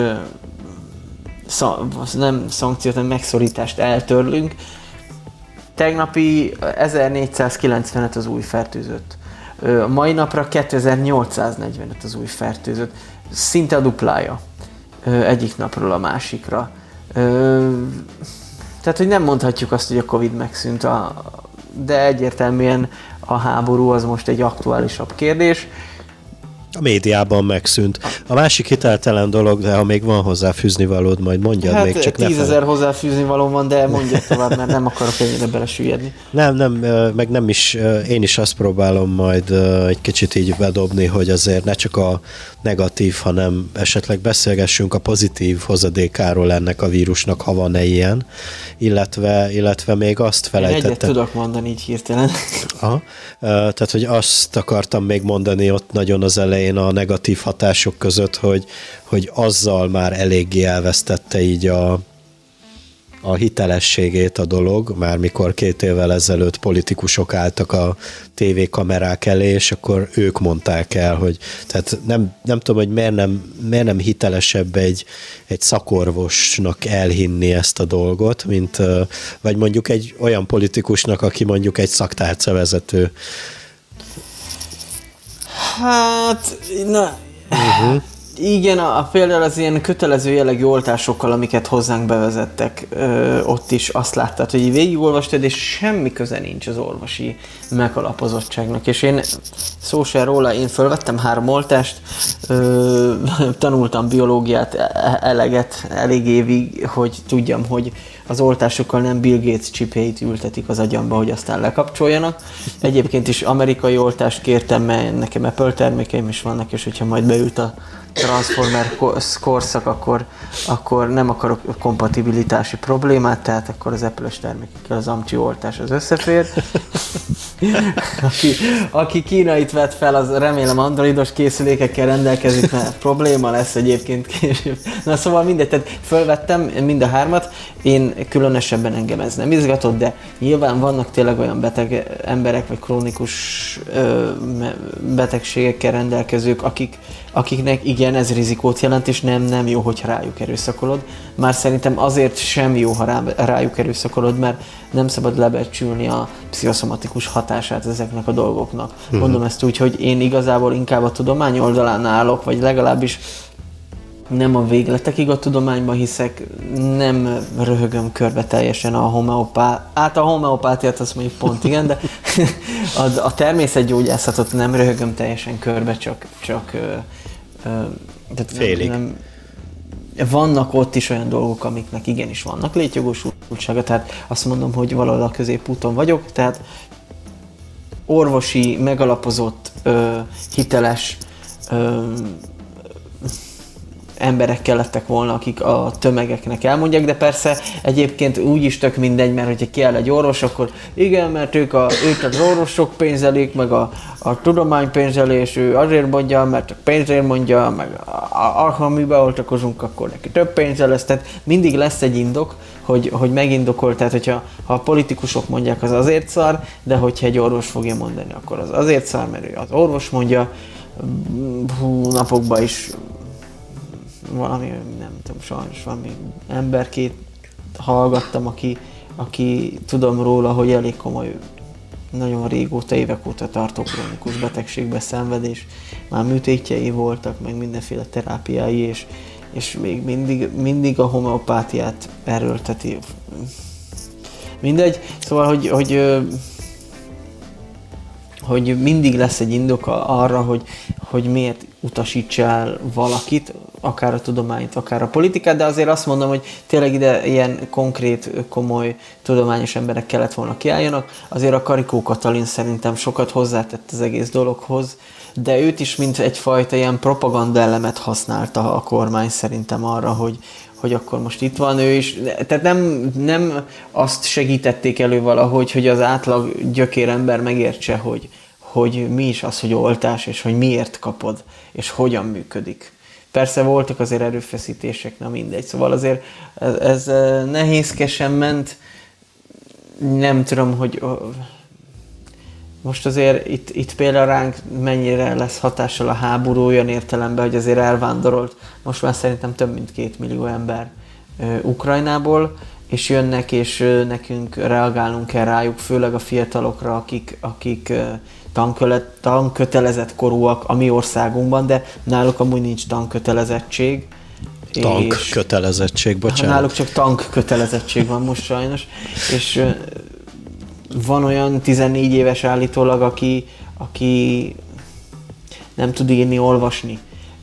nem szankciót, hanem megszorítást eltörlünk. Tegnapi 1495 az új fertőzött. A mai napra 2845 az új fertőzött. Szinte a duplája egyik napról a másikra. Tehát, hogy nem mondhatjuk azt, hogy a Covid megszűnt, de egyértelműen a háború az most egy aktuálisabb kérdés. A médiában megszűnt. A másik hiteltelen dolog, de ha még van hozzá fűzni valód, majd mondjad hát még, csak 10 000 hozzáfűzni való van, de mondja tovább, mert nem akarok ennyire belesüllyedni. Nem, meg nem is, én is azt próbálom majd egy kicsit így bedobni, hogy azért ne csak a negatív, hanem esetleg beszélgessünk a pozitív hozadékáról ennek a vírusnak, ha van-e ilyen, illetve még azt felejtettem. Én egyet tudok mondani így hirtelen. Aha. Tehát, hogy azt akartam még mondani ott nagyon az elején a negatív hatások között, hogy azzal már eléggé elvesztette így a hitelességét a dolog, már mikor 2 évvel ezelőtt politikusok álltak a tévékamerák elé, és akkor ők mondták el, hogy tehát nem tudom, hogy miért nem hitelesebb egy szakorvosnak elhinni ezt a dolgot, mint vagy mondjuk egy olyan politikusnak, aki mondjuk egy szaktárcavezető. Hát, igen, például az ilyen kötelező jellegű oltásokkal, amiket hozzánk bevezettek, ott is azt láttad, hogy így végigolvastad, és semmi köze nincs az orvosi megalapozottságnak. És én szó se róla, én fölvettem 3 oltást, tanultam biológiát eleget, elég évig, hogy tudjam, hogy az oltásokkal nem Bill Gates csipjeit ültetik az agyamba, hogy aztán lekapcsoljanak. Egyébként is amerikai oltást kértem, mert nekem Apple termékeim is vannak, és hogyha majd beült a Transformer korszak, akkor nem akarok kompatibilitási problémát, tehát akkor az Apple-es termékekkel az amcsi oltás az összefér. Aki kínait vett fel, az remélem androidos készülékekkel rendelkezik, mert probléma lesz egyébként később. Na szóval mindegy, tehát fölvettem mind a 3-at, én különösebben engem ez nem izgatott, de nyilván vannak tényleg olyan beteg emberek, vagy krónikus betegségekkel rendelkezők, akiknek igen, ez rizikót jelent, és nem jó, hogy rájuk erőszakolod. Már szerintem azért sem jó, ha rájuk erőszakolod, mert nem szabad lebecsülni a pszichoszomatikus hatását ezeknek a dolgoknak. Mondom ezt úgy, hogy én igazából inkább a tudomány oldalán állok, vagy legalábbis nem a végletekig a tudományban hiszek, nem röhögöm körbe teljesen a homeopátiát, azt mondjuk pont igen, de a természetgyógyászatot nem röhögöm teljesen körbe, csak félig. Vannak ott is olyan dolgok, amiknek igenis vannak létjogosultsága, tehát azt mondom, hogy valahol a középúton vagyok, tehát orvosi, megalapozott, hiteles emberek kellettek volna, akik a tömegeknek elmondják, de persze egyébként úgyis tök mindegy, mert hogyha kell egy orvos, akkor igen, mert ők az orvosok pénzelik, meg a tudomány pénzeli, és ő azért mondja, mert csak pénzért mondja, meg ha mi beoltakozunk, akkor neki több pénze lesz, tehát mindig lesz egy indok, hogy megindokol, tehát hogyha a politikusok mondják, az azért szar, de hogyha egy orvos fogja mondani, akkor az azért szar, mert ő az orvos mondja, napokban is valami, nem tudom, sajnos valami emberkét hallgattam, aki tudom róla, hogy elég komoly nagyon régóta, évek óta tartó krónikus betegségbe szenved, és már műtétjei voltak, meg mindenféle terápiái, és még mindig a homeopátiát erőlteti. Mindegy, szóval, hogy mindig lesz egy indok arra, hogy miért utasítsál valakit, akár a tudományt, akár a politikát, de azért azt mondom, hogy tényleg ide ilyen konkrét, komoly, tudományos emberek kellett volna kiálljanak. Azért a Karikó Katalin szerintem sokat hozzátett az egész dologhoz, de őt is mint egyfajta ilyen propaganda elemet használta a kormány szerintem arra, hogy akkor most itt van ő is. Tehát nem azt segítették elő valahogy, hogy az átlag gyökérember megértse, hogy mi is az, hogy oltás, és hogy miért kapod, és hogyan működik. Persze voltak azért erőfeszítések, na mindegy. Szóval azért ez nehézkesen ment. Nem tudom, hogy most azért itt például ránk mennyire lesz hatással a háború olyan értelemben, hogy azért elvándorolt most már szerintem több mint 2 millió ember Ukrajnából, és jönnek, és nekünk reagálnunk kell rájuk, főleg a fiatalokra, akik tankötelezett korúak a mi országunkban, de náluk amúgy nincs tankötelezettség. Tankkötelezettség, bocsánat. Náluk csak tankkötelezettség van most sajnos, és van olyan 14 éves állítólag, aki nem tud írni, olvasni,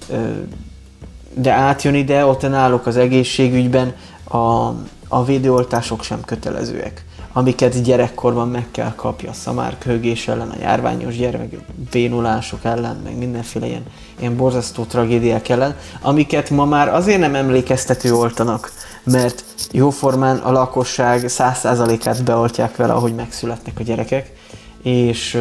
de átjön ide, ott náluk az egészségügyben a védőoltások sem kötelezőek, amiket gyerekkorban meg kell kapja, a szamárköhögés ellen, a járványos gyermekbénulások ellen, meg mindenféle ilyen borzasztó tragédiák ellen, amiket ma már azért nem emlékeztető oltanak, mert jóformán a lakosság 100%-át beoltják vele, ahogy megszületnek a gyerekek, és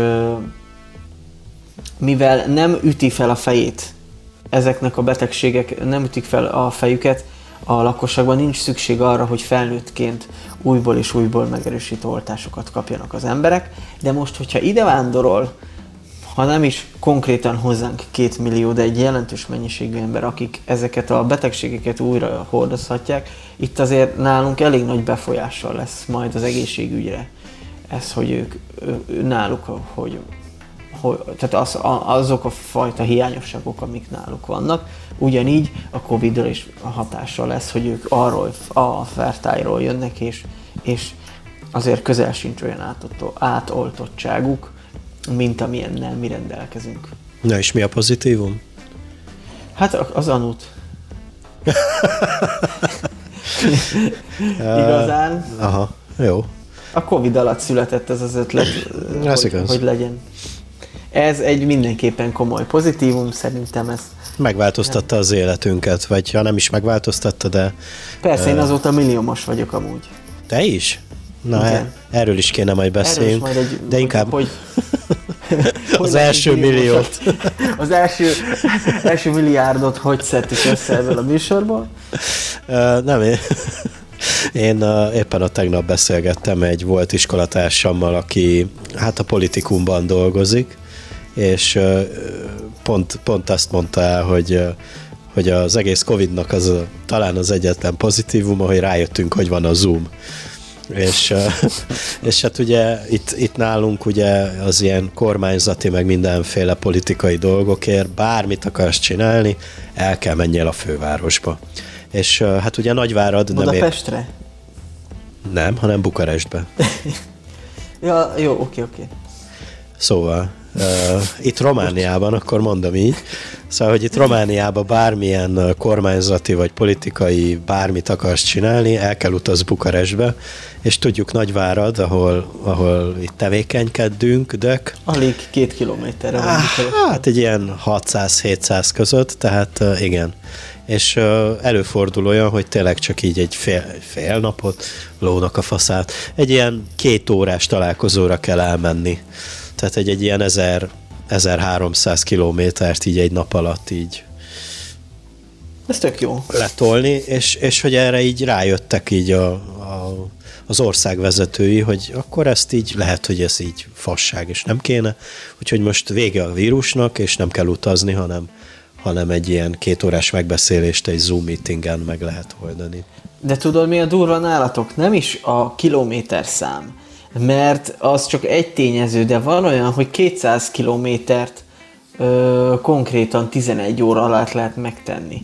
mivel nem üti fel a fejét, ezeknek a betegségek nem ütik fel a fejüket, a lakosságban nincs szükség arra, hogy felnőttként újból és újból megerősítő oltásokat kapjanak az emberek, de most, hogyha ide vándorol, ha nem is konkrétan hozzánk 2 millió, de egy jelentős mennyiségű ember, akik ezeket a betegségeket újra hordozhatják, itt azért nálunk elég nagy befolyással lesz majd az egészségügyre. Ez, hogy ők náluk, tehát azok a fajta hiányosságok, amik náluk vannak, ugyanígy a Covid-ra is hatással lesz, hogy ők arról a fertályról jönnek, és azért közel sincs olyan átoltottságuk, mint amilyennel mi rendelkezünk. Na és mi a pozitívum? Hát az anut. Igazán. Aha, jó. A Covid alatt született ez az ötlet, hogy legyen. Ez egy mindenképpen komoly pozitívum, szerintem ez. Megváltoztatta az életünket, vagy ha nem is megváltoztatta, de... Persze, én azóta milliómos vagyok amúgy. Te is? Na, erről is kéne majd beszéljünk, de inkább hogy az első milliót. Az első milliárdot hogy szedtük össze ebből a műsorból? Nem, én éppen a tegnap beszélgettem egy volt iskolatársammal, aki hát a politikumban dolgozik, és pont azt mondta el, hogy az egész Covid-nak talán az egyetlen pozitívuma, hogy rájöttünk, hogy van a Zoom. És hát ugye itt nálunk ugye az ilyen kormányzati, meg mindenféle politikai dolgokért bármit akarsz csinálni, el kell menjél a fővárosba. És hát ugye Nagyvárad... Budapestre? Nem, hanem Bukarestbe. Ja, jó, oké. Szóval itt Romániában, akkor mondom így, szóval, hogy itt Romániában bármilyen kormányzati vagy politikai bármit akarsz csinálni, el kell utazni Bukarestbe, és tudjuk Nagyvárad, ahol itt tevékenykedünk, alig 2 kilométerre van Bukarest. Hát egy ilyen 600-700 között, tehát igen. És előfordul olyan, hogy tényleg csak így egy fél napot lónak a faszát. Egy ilyen 2 órás találkozóra kell elmenni. Tehát egy ilyen 1300 kilométert így egy nap alatt így ez tök jó. letolni, és hogy erre így rájöttek így az országvezetői, hogy akkor ezt így lehet, hogy ez így fasság, és nem kéne. Úgyhogy most vége a vírusnak, és nem kell utazni, hanem egy ilyen 2 órás megbeszélést egy Zoom meetingen meg lehet oldani. De tudod, mi a durva nálatok? Nem is a kilométerszám, mert az csak egy tényező, de van olyan, hogy 200 kilométert konkrétan 11 óra alatt lehet megtenni.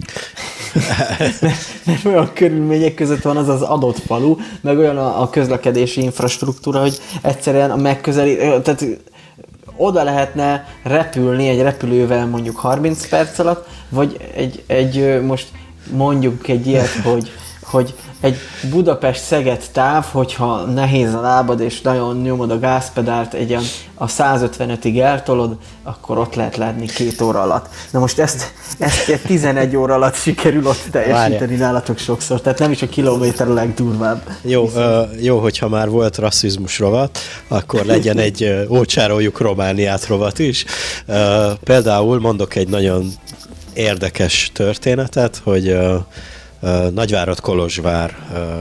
mert olyan körülmények között van az adott falu, meg olyan a közlekedési infrastruktúra, hogy egyszerűen a tehát oda lehetne repülni egy repülővel mondjuk 30 perc alatt, vagy most mondjuk egy ilyet, hogy egy Budapest-Szeged táv, hogyha nehéz a lábad és nagyon nyomod a gázpedált, a 155-ig eltolod, akkor ott lehet látni 2 óra alatt. Na most ezt 11 óra alatt sikerül ott teljesíteni nálatok sokszor, tehát nem is a kilométer a legdurvább. Jó, hogyha már volt rasszizmus rovat, akkor legyen egy ócsároljuk Romániát rovat is. Például mondok egy nagyon érdekes történetet, hogy Nagyvárad-Kolozsvár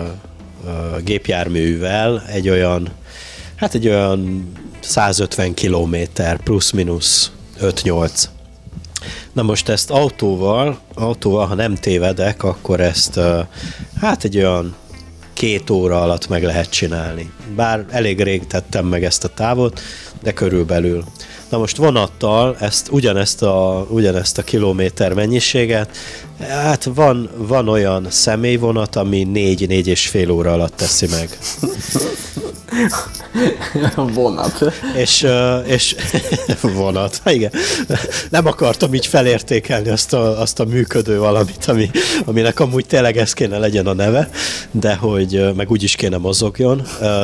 gépjárművel egy olyan 150 kilométer plusz-minusz 5-8. Na most ezt autóval, ha nem tévedek, akkor ezt egy olyan 2 óra alatt meg lehet csinálni. Bár elég rég tettem meg ezt a távot, de körülbelül. Na most vonattal ugyanezt a kilométer mennyiséget, hát van olyan személyvonat, ami 4-4,5 óra alatt teszi meg. Vonat. És vonat, igen. Nem akartam így felértékelni azt a működő valamit, aminek amúgy tényleg ez kéne legyen a neve, de hogy meg úgy is kéne mozogjon,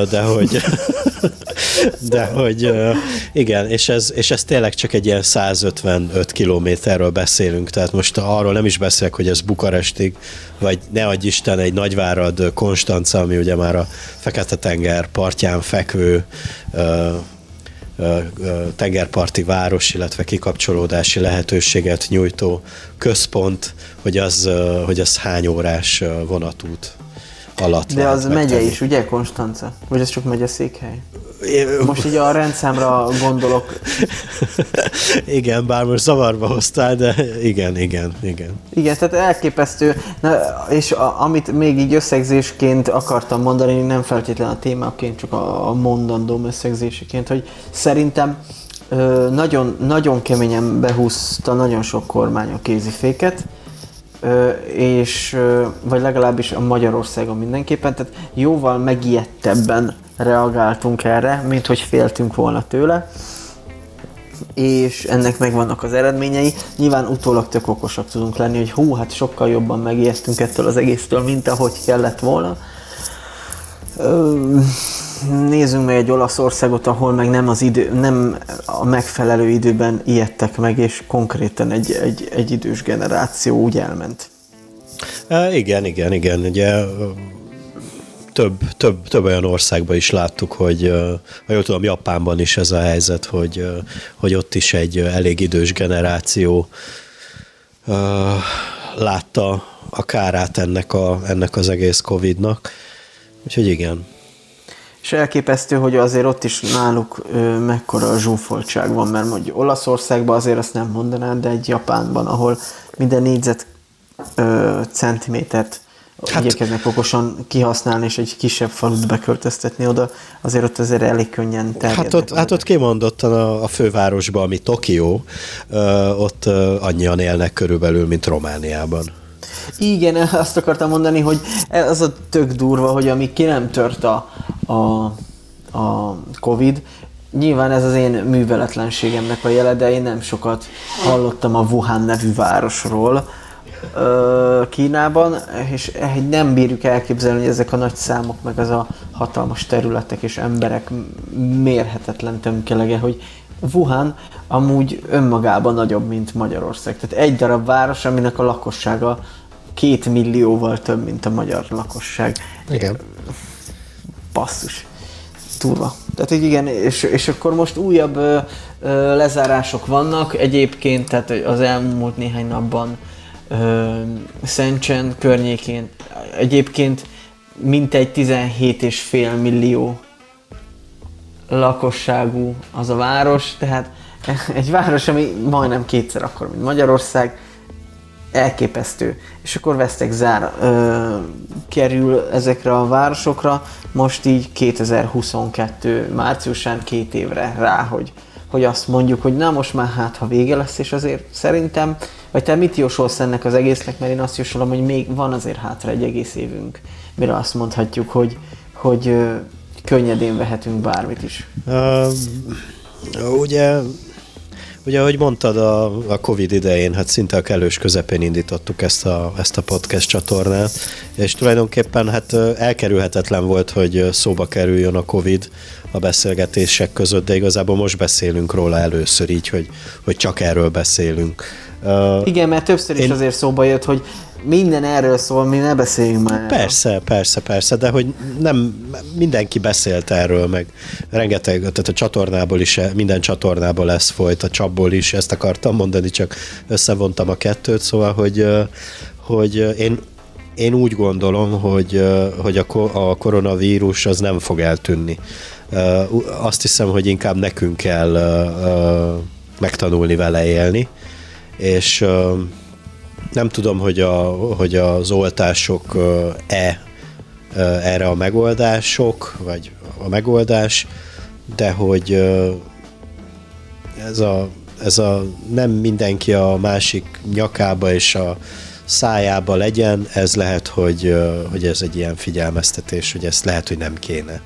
de hogy igen, és ez tényleg csak egy ilyen 155 kilométerről beszélünk, tehát most arról nem is beszélek, hogy ez Bukarestig, vagy ne adj Isten egy Nagyvárad, Konstanca, ami ugye már a Fekete-tenger partján fekvő tengerparti város, illetve kikapcsolódási lehetőséget nyújtó központ, hogy az hány órás vonatút alatt. De az megye is, ugye, Konstanca? Vagy ez csak megyeszékhely? Most így a rendszámra gondolok. Igen, bár most zavarba hoztál, de igen. Igen, tehát elképesztő. Na, és amit még így összegzésként akartam mondani, nem feltétlenül a témáként, csak a mondandóm összegzéseként, hogy szerintem nagyon, nagyon keményen behúzta nagyon sok kormány a kéziféket, és vagy legalábbis a Magyarországon mindenképpen, tehát jóval megijedtebben reagáltunk erre, mint hogy féltünk volna tőle, és ennek megvannak az eredményei. Nyilván utólag tök okosak tudunk lenni, hogy hát sokkal jobban megijedtünk ettől az egésztől, mint ahogy kellett volna. Nézzünk meg egy Olaszországot, ahol meg nem a megfelelő időben ijedtek meg, és konkrétan egy idős generáció úgy elment. Igen. Ugye több olyan országban is láttuk, hogy ha jól tudom, Japánban is ez a helyzet, hogy ott is egy elég idős generáció látta a kárát ennek az egész Covid-nak. Úgyhogy igen. És elképesztő, hogy azért ott is náluk mekkora zsúfoltság van, mert mondjuk Olaszországban azért azt nem mondanám, de egy Japánban, ahol minden négyzet centimétert igyekeznek okosan kihasználni, és egy kisebb falut beköltöztetni oda, azért ott azért elég könnyen terjednek. Hát ott kimondottan a fővárosban, ami Tokió, ott annyian élnek körülbelül, mint Romániában. Igen, azt akartam mondani, hogy az a tök durva, hogy amíg ki nem tört a Covid, nyilván ez az én műveletlenségemnek a jele, de én nem sokat hallottam a Wuhan nevű városról Kínában, és nem bírjuk elképzelni, hogy ezek a nagy számok, meg az a hatalmas területek és emberek mérhetetlen tömkelege, hogy Wuhan amúgy önmagában nagyobb, mint Magyarország. Tehát egy darab város, aminek a lakossága 2 millióval több, mint a magyar lakosság. Igen. Basszus. Turva. Tehát így igen, és akkor most újabb lezárások vannak. Egyébként, tehát az elmúlt néhány napban Szentcsend környékén egyébként mintegy 17,5 millió lakosságú az a város, tehát egy város, ami majdnem kétszer akkor, mint Magyarország, elképesztő. És akkor Vesztek zár kerül ezekre a városokra, most így 2022 márciusán 2 évre rá, hogy azt mondjuk, hogy na most már hát, ha vége lesz, és azért szerintem, vagy te mit jósolsz ennek az egésznek, mert én azt jósolom, hogy még van azért hátra egy egész évünk, mire azt mondhatjuk, hogy könnyedén vehetünk bármit is. Ugye, ahogy mondtad, a Covid idején, hát szinte a kellős közepén indítottuk ezt a podcast csatornát, és tulajdonképpen hát elkerülhetetlen volt, hogy szóba kerüljön a Covid a beszélgetések között, de igazából most beszélünk róla először így, hogy csak erről beszélünk. Igen, mert többször is azért szóba jött, hogy minden erről szól, mi ne beszéljünk már. Persze, de hogy nem mindenki beszélt erről, meg rengeteg, tehát a csatornából is, minden csotornából lesz folyt, a csapból is, ezt akartam mondani, csak összevontam a kettőt, szóval, hogy én úgy gondolom, hogy a koronavírus az nem fog eltűnni. Azt hiszem, hogy inkább nekünk kell megtanulni vele élni, és nem tudom, hogy az oltások erre a megoldások, vagy a megoldás, de hogy ez a nem mindenki a másik nyakába és a szájába legyen, ez lehet, hogy ez egy ilyen figyelmeztetés, hogy ezt lehet, hogy nem kéne.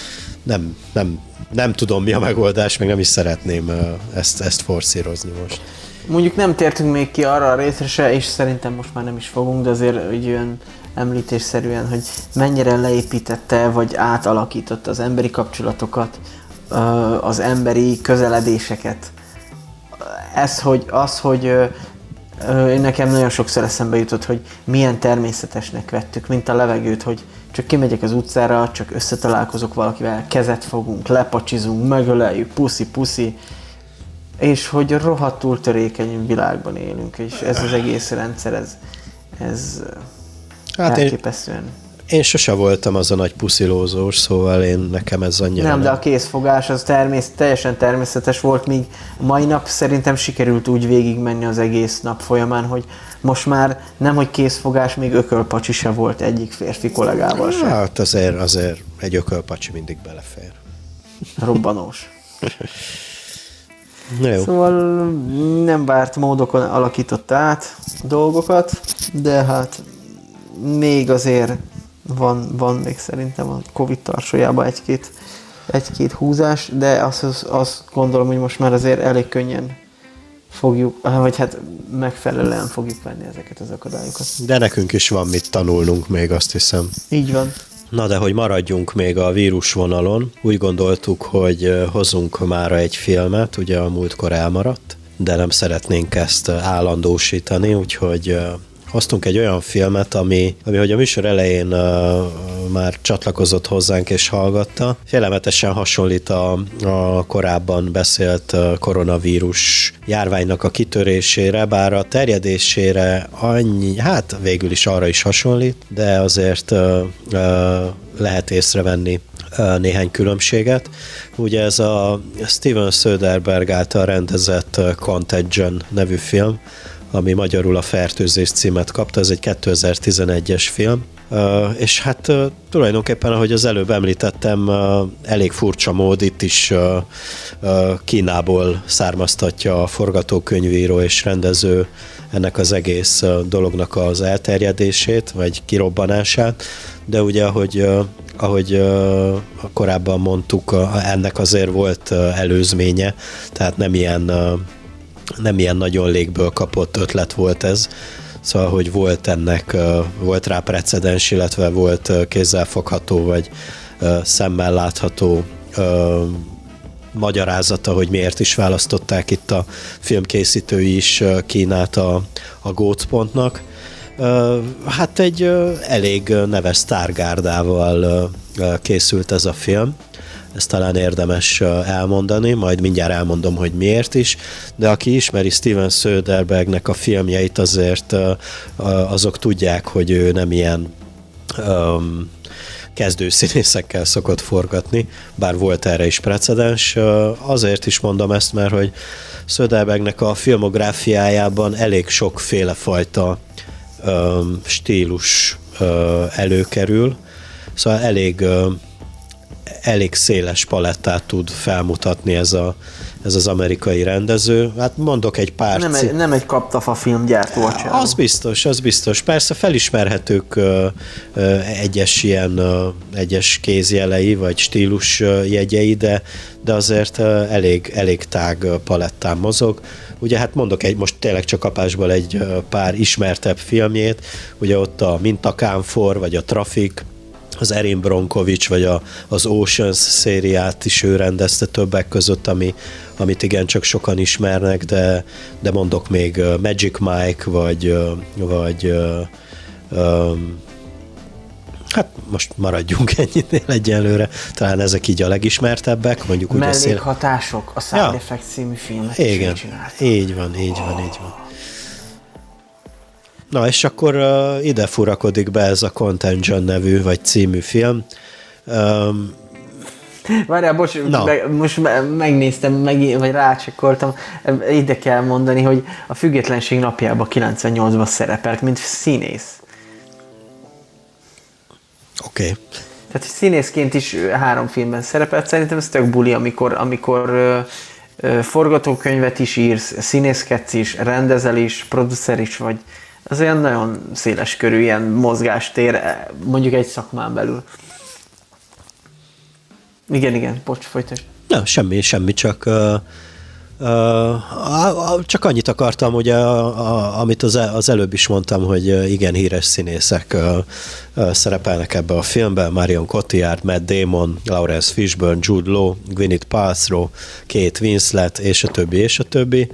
Nem tudom, mi a megoldás, meg nem is szeretném ezt forszírozni most. Mondjuk nem tértünk még ki arra a részre se, és szerintem most már nem is fogunk, de azért így olyan említésszerűen, hogy mennyire leépítette, vagy átalakította az emberi kapcsolatokat, az emberi közeledéseket. Nekem nagyon sokszor eszembe jutott, hogy milyen természetesnek vettük, mint a levegőt, hogy csak kimegyek az utcára, csak összetalálkozok valakivel, kezet fogunk, lepacsizunk, megöleljük, puszi, és hogy rohadtul törékeny világban élünk, és ez az egész rendszer, ez hát elképesztően. Én sose voltam az a nagy puszilózós, szóval nekem ez annyira nem. De a kézfogás az teljesen természetes volt, míg mai nap szerintem sikerült úgy végigmenni az egész nap folyamán, hogy most már nem, hogy kézfogás, még ökölpacsi se volt egyik férfi kollégával sem. Hát azért egy ökölpacsi mindig belefér. Robbanós. Jó. Szóval nem várt módokon alakította át dolgokat, de hát még azért van még szerintem a Covid tarsójában egy-két húzás, de azt gondolom, hogy most már azért elég könnyen fogjuk, vagy hát megfelelően fogjuk venni ezeket az akadályokat. De nekünk is van mit tanulnunk még, azt hiszem. Így van. Na, de hogy maradjunk még a vírusvonalon, úgy gondoltuk, hogy hozunk mára egy filmet, ugye a múltkor elmaradt, de nem szeretnénk ezt állandósítani, úgyhogy hoztunk egy olyan filmet, ami hogy a műsor elején már csatlakozott hozzánk és hallgatta. Félelmetesen hasonlít a korábban beszélt koronavírus járványnak a kitörésére, bár a terjedésére hát végül is arra is hasonlít, de azért lehet észrevenni néhány különbséget. Ugye ez a Steven Soderbergh által rendezett Contagion nevű film, ami magyarul a Fertőzés címet kapta, ez egy 2011-es film, és hát tulajdonképpen, ahogy az előbb említettem, elég furcsa mód, itt is Kínából származtatja a forgatókönyvíró és rendező ennek az egész dolognak az elterjedését, vagy kirobbanását, de ugye, ahogy korábban mondtuk, ennek azért volt előzménye, tehát nem ilyen nagyon légből kapott ötlet volt ez, szóval, hogy volt rá precedens, illetve volt kézzelfogható, vagy szemmel látható magyarázata, hogy miért is választották itt a filmkészítői is Kínát a gócpontnak. Hát egy elég neves sztárgárdával készült ez a film. Ezt talán érdemes elmondani, majd mindjárt elmondom, hogy miért is, de aki ismeri Steven Soderberghnek a filmjeit, azért azok tudják, hogy ő nem kezdőszínészekkel szokott forgatni, bár volt erre is precedens. Azért is mondom ezt, mert hogy Soderberghnek a filmográfiájában elég sokféle fajta stílus előkerül, szóval elég széles palettát tud felmutatni ez az amerikai rendező. Hát mondok egy pár... Nem egy kaptafa filmgyártó. Az biztos. Persze felismerhetők egyes kézjelei, vagy stílus jegyei, de azért elég tág palettán mozog. Ugye hát mondok most tényleg csak kapásból egy pár ismertebb filmjét, ugye ott a Mintakánfor, vagy a Traffic, az Erin Brockovich, vagy az Oceans szériát is ő rendezte többek között, amit igencsak sokan ismernek, de mondok még Magic Mike, vagy hát most maradjunk ennyitnél egyelőre, talán ezek így a legismertebbek. Mondjuk Mellékhatások, a Side Effect című filmet igen, így van. Na, és akkor ide furakodik be ez a Contagion nevű, vagy című film. Várjál, bocs, most megnéztem, vagy rácsekkoltam, ide kell mondani, hogy a Függetlenség napjában 98-ban szerepelt, mint színész. Oké. Tehát színészként is 3 filmben szerepelt, szerintem ez tök buli, amikor forgatókönyvet is írsz, színészkedsz is, rendezel is, producer is vagy. Az olyan nagyon széles körű ilyen mozgástér, mondjuk egy szakmán belül. Igen, bocs, folytasd. Nem, semmi, csak annyit akartam, ugye, amit az előbb is mondtam, hogy igen, híres színészek szerepelnek ebbe a filmben, Marion Cotillard, Matt Damon, Lawrence Fishburne, Jude Law, Gwyneth Paltrow, Kate Winslet, és a többi.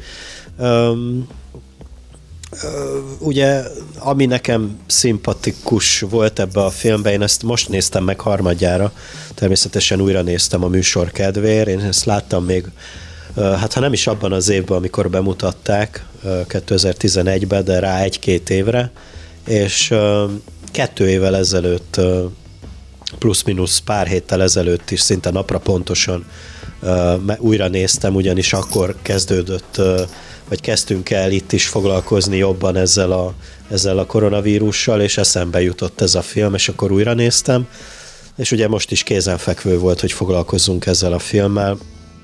Ugye, ami nekem szimpatikus volt ebbe a filmbe, én ezt most néztem meg harmadjára, természetesen újra néztem a műsor kedvéért, én ezt láttam még, hát ha nem is abban az évben, amikor bemutatták, 2011-ben, de rá 1-2 évre, és 2 évvel ezelőtt, plusz-minusz pár héttel ezelőtt is szinte napra pontosan újra néztem, ugyanis akkor kezdődött, vagy kezdtünk el itt is foglalkozni jobban ezzel a koronavírussal, és eszembe jutott ez a film, és akkor újra néztem, és ugye most is kézenfekvő volt, hogy foglalkozzunk ezzel a filmmel.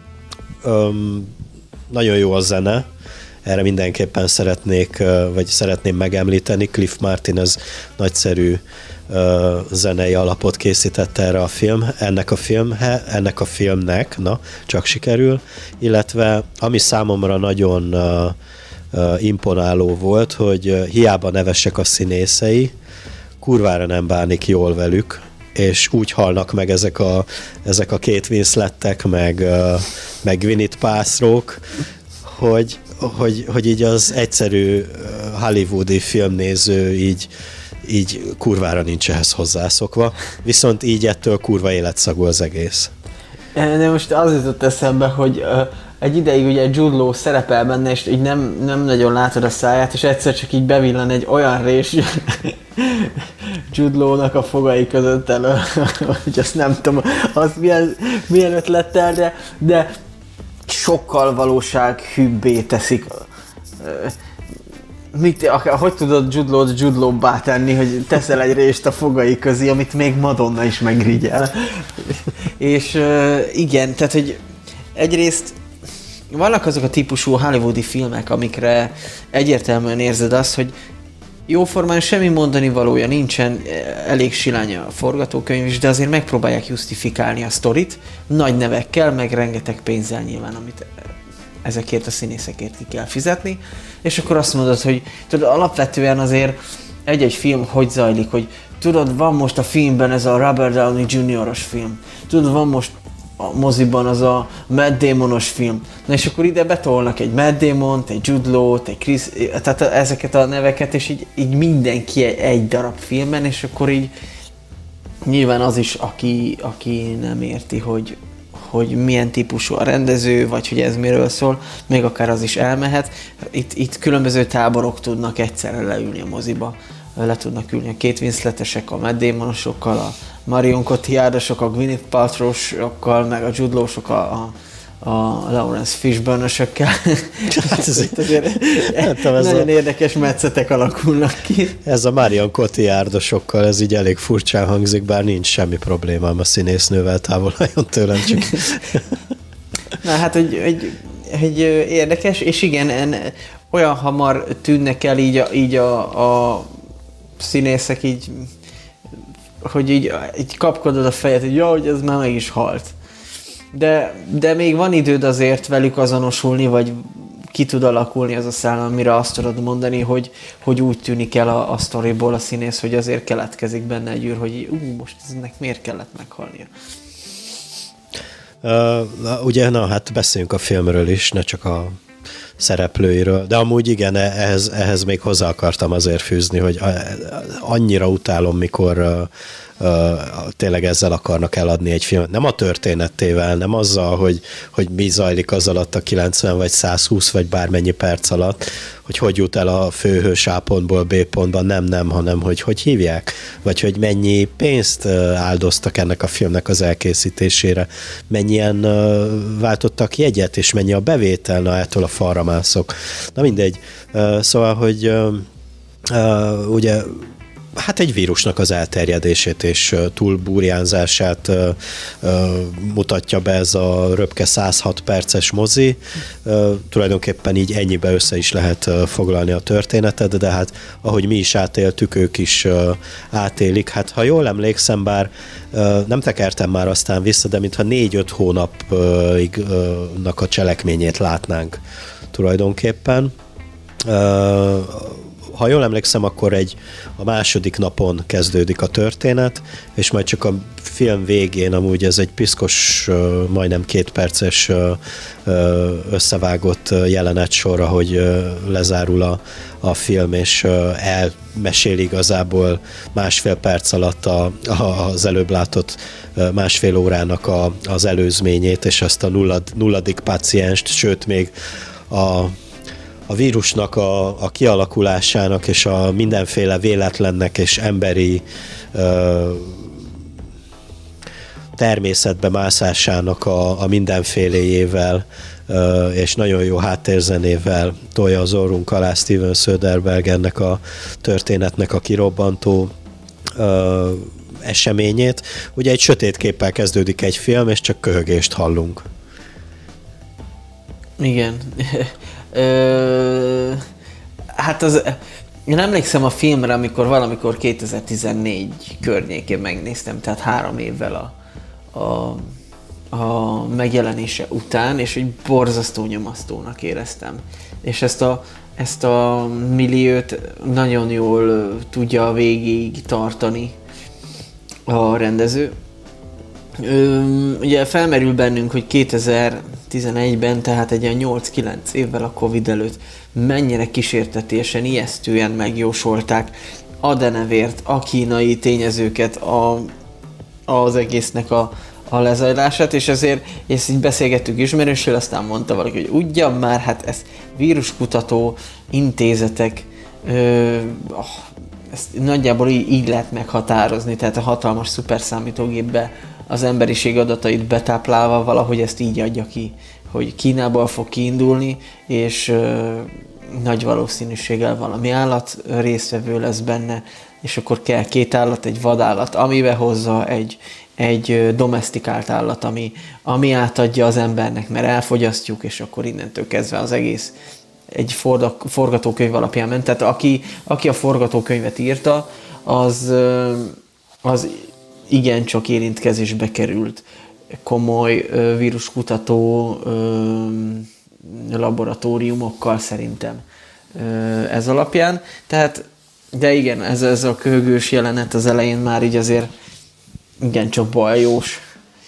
Nagyon jó a zene, erre mindenképpen szeretném megemlíteni. Cliff Martin ez nagyszerű zenei alapot készített erre ennek a filmnek, csak sikerül, illetve ami számomra nagyon imponáló volt, hogy hiába nevesek a színészei, kurvára nem bánik jól velük, és úgy halnak meg ezek a Kate Winslettek, meg Gwyneth Paltrowk, hogy így az egyszerű hollywoodi filmnéző így kurvára nincs ehhez hozzászokva, viszont így ettől kurva életszagú az egész. De most az jutott eszembe, hogy egy ideig ugye Jude Law szerepel benne, és így nem nagyon látod a száját, és egyszer csak így bevillan egy olyan rés Jude Law-nak a fogai között elő, hogy azt nem tudom, az milyen ötlettel, de sokkal valósághűbbé teszik. Hogy tudod Jude Law-bbá tenni, hogy teszel egy rést a fogai közé, amit még Madonna is megrigyel. És igen, tehát hogy egyrészt vannak azok a típusú hollywoodi filmek, amikre egyértelműen érzed azt, hogy jóformán semmi mondani valója nincsen, elég silány a forgatókönyv is, de azért megpróbálják justifikálni a sztorit, nagy nevekkel, meg rengeteg pénzzel nyilván, amit ezekért a színészekért ki kell fizetni, és akkor azt mondod, hogy tudod, alapvetően azért egy-egy film hogy zajlik, hogy tudod, van most a filmben ez a Robert Downey Jr.-os film, tudod, van most a moziban az a Matt Damon-os film. Na és akkor ide betolnak egy Matt Damont, egy Jude Law-t, egy Chris, tehát ezeket a neveket, és így mindenki egy darab filmben, és akkor így nyilván az is, aki nem érti, hogy milyen típusú a rendező, vagy hogy ez miről szól, még akár az is elmehet. Itt különböző táborok tudnak egyszerre leülni a moziba. le tudnak ülni a Kate Winsletesek, a Matt Damonosokkal, a Marion Cotillard-osok, a Gwyneth Paltrow-sokkal, meg a Jude Law-sok a Lawrence Fishburne-ösökkel. Hát ez nagyon érdekes metszetek alakulnak ki. Ez a Marion Cotillard-osokkal, ez így elég furcsán hangzik, bár nincs semmi problémám a színésznővel, távol nagyon tőlem, csak... Na hát, hogy érdekes, és igen, olyan hamar tűnnek el így a színészek, így, hogy így kapkodod a fejed, hogy jó, hogy ez már meg is halt. De még van időd azért velük azonosulni, vagy ki tud alakulni az a szál, amire azt tudod mondani, hogy úgy tűnik el a sztoriból a színész, hogy azért keletkezik benne egy űr, hogy most ennek miért kellett meghalnia. Ugye, hát beszéljünk a filmről is, ne csak a szereplőiről, de amúgy igen, ehhez még hozzá akartam azért fűzni, hogy annyira utálom, mikor tényleg ezzel akarnak eladni egy filmet. Nem a történetével, nem azzal, hogy mi zajlik az alatt a 90 vagy 120 vagy bármennyi perc alatt, hogy jut el a főhős A pontból B pontba, nem, hanem hogy hívják, vagy hogy mennyi pénzt áldoztak ennek a filmnek az elkészítésére, mennyien váltottak jegyet, és mennyi a bevétel, na ettől a falra mászok. Na mindegy. Szóval, hogy ugye hát egy vírusnak az elterjedését és túlburjánzását mutatja be ez a röpke 106 perces mozi. Tulajdonképpen így ennyibe össze is lehet foglalni a történetet, de hát ahogy mi is átéltük, ők is átélik. Hát ha jól emlékszem, bár nem tekertem már aztán vissza, de mintha 4-5 hónapnak a cselekményét látnánk tulajdonképpen. Ha jól emlékszem, akkor a második napon kezdődik a történet, és majd csak a film végén, amúgy ez egy piszkos, majdnem 2 perces összevágott jelenet sor, ahogy lezárul a film, és elmesél igazából másfél perc alatt az előbb látott másfél órának az előzményét, és azt a nulladik pácienst, sőt még a vírusnak a kialakulásának és a mindenféle véletlennek és emberi természetbe mászásának a mindenféléjével és nagyon jó háttérzenével tolja az orrunk alá Steven Soderbergh ennek a történetnek a kirobbantó eseményét. Ugye egy sötét képpel kezdődik egy film, és csak köhögést hallunk. Igen. Hát én emlékszem a filmre, amikor valamikor 2014 környékén megnéztem, tehát 3 évvel a megjelenése után, és egy borzasztó nyomasztónak éreztem. És ezt a milliót nagyon jól tudja végig tartani a rendező. Ugye felmerül bennünk, hogy 2011-ben, tehát egy olyan 8-9 évvel a Covid előtt mennyire kísértetésen, ijesztően megjósolták a denevért, a kínai tényezőket, az egésznek a lezajlását, és ezért ezt így beszélgettük ismerőssel, aztán mondta valaki, hogy ugyan már, hát ez víruskutató intézetek, ezt nagyjából így lehet meghatározni, tehát a hatalmas szuperszámítógépbe az emberiség adatait betáplálva valahogy ezt így adja ki, hogy Kínából fog kiindulni, és nagy valószínűséggel valami állat résztvevő lesz benne, és akkor kell 2 állat, egy vadállat, amivel hozza egy domesztikált állat, ami átadja az embernek, mert elfogyasztjuk, és akkor innentől kezdve az egész egy forgatókönyv alapján ment. Tehát aki a forgatókönyvet írta, az igencsak érintkezésbe került komoly víruskutató laboratóriumokkal szerintem ez alapján. Tehát, de igen, ez a köhögős jelenet az elején már így azért igencsak bajós.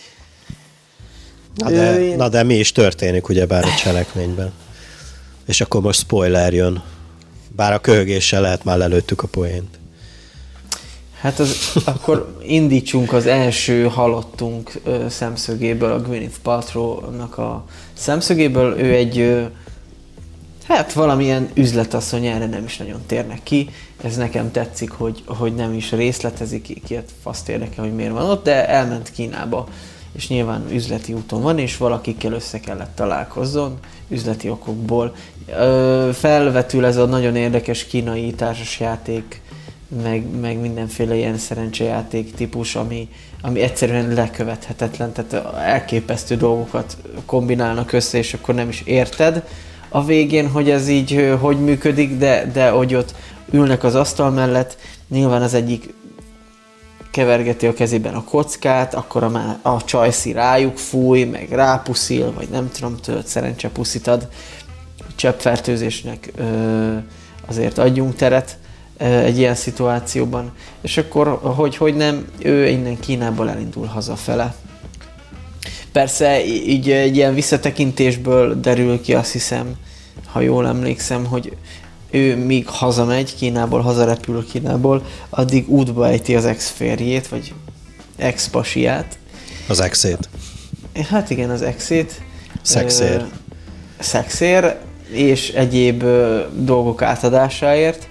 Na de mi is történik ugyebár a cselekményben? És akkor most spoiler jön. Bár a köhögéssel lehet már lelőttük a poént. Hát akkor indítsunk az első halottunk szemszögéből, a Gwyneth Paltrow-nak a szemszögéből. Ő egy Hát valamilyen üzletasszony erre nem is nagyon térnek ki. Ez nekem tetszik, hogy nem is részletezik ki, hát faszt érdekel, hogy miért van ott, de elment Kínába. És nyilván üzleti úton van, és valakikkel össze kellett találkozzon, üzleti okokból. Felvetül ez a nagyon érdekes kínai társasjáték, meg mindenféle ilyen szerencsejáték típus, ami egyszerűen lekövethetetlen, tehát elképesztő dolgokat kombinálnak össze, és akkor nem is érted a végén, hogy ez így hogy működik, de hogy ott ülnek az asztal mellett, nyilván az egyik kevergeti a kezében a kockát, akkor a csajszi rájuk fúj, meg rápuszil, vagy nem tudom, tőled szerencsepuszit ad, cseppfertőzésnek azért adjunk teret egy ilyen szituációban. És akkor, hogy nem, ő innen Kínából elindul hazafele. Persze így egy ilyen visszatekintésből derül ki, azt hiszem, ha jól emlékszem, hogy ő míg hazamegy Kínából, hazarepül Kínából, addig útba ejti az ex-férjét, vagy ex-pasiát. Az exét. Hát igen, az exét. Szexér. Szexér, és egyéb dolgok átadásáért.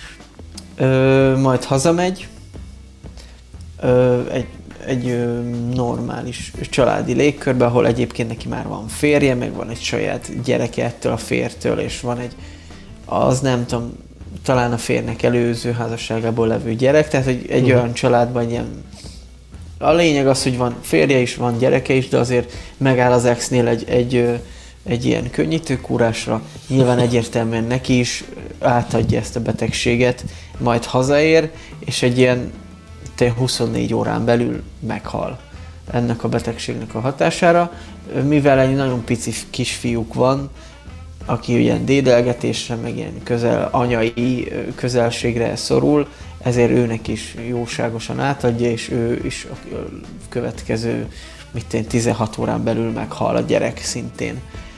Majd hazamegy. Egy normális családi légkörbe, ahol egyébként neki már van férje, meg van egy saját gyereke ettől a fértől, és van az nem tudom, talán a férnek előző házasságából levő gyerek, tehát egy olyan családban ilyen... A lényeg az, hogy van férje is, van gyereke is, de azért megáll az exnél egy ilyen könnyítőkúrásra. Nyilván egyértelműen neki is átadja ezt a betegséget, majd hazaér, és egy ilyen 24 órán belül meghal ennek a betegségnek a hatására. Mivel egy nagyon pici kisfiúk van, aki ilyen dédelgetésre, meg ilyen anyai közelségre szorul, ezért őnek is jóságosan átadja, és ő is a következő 16 órán belül meghal, a gyerek szintén.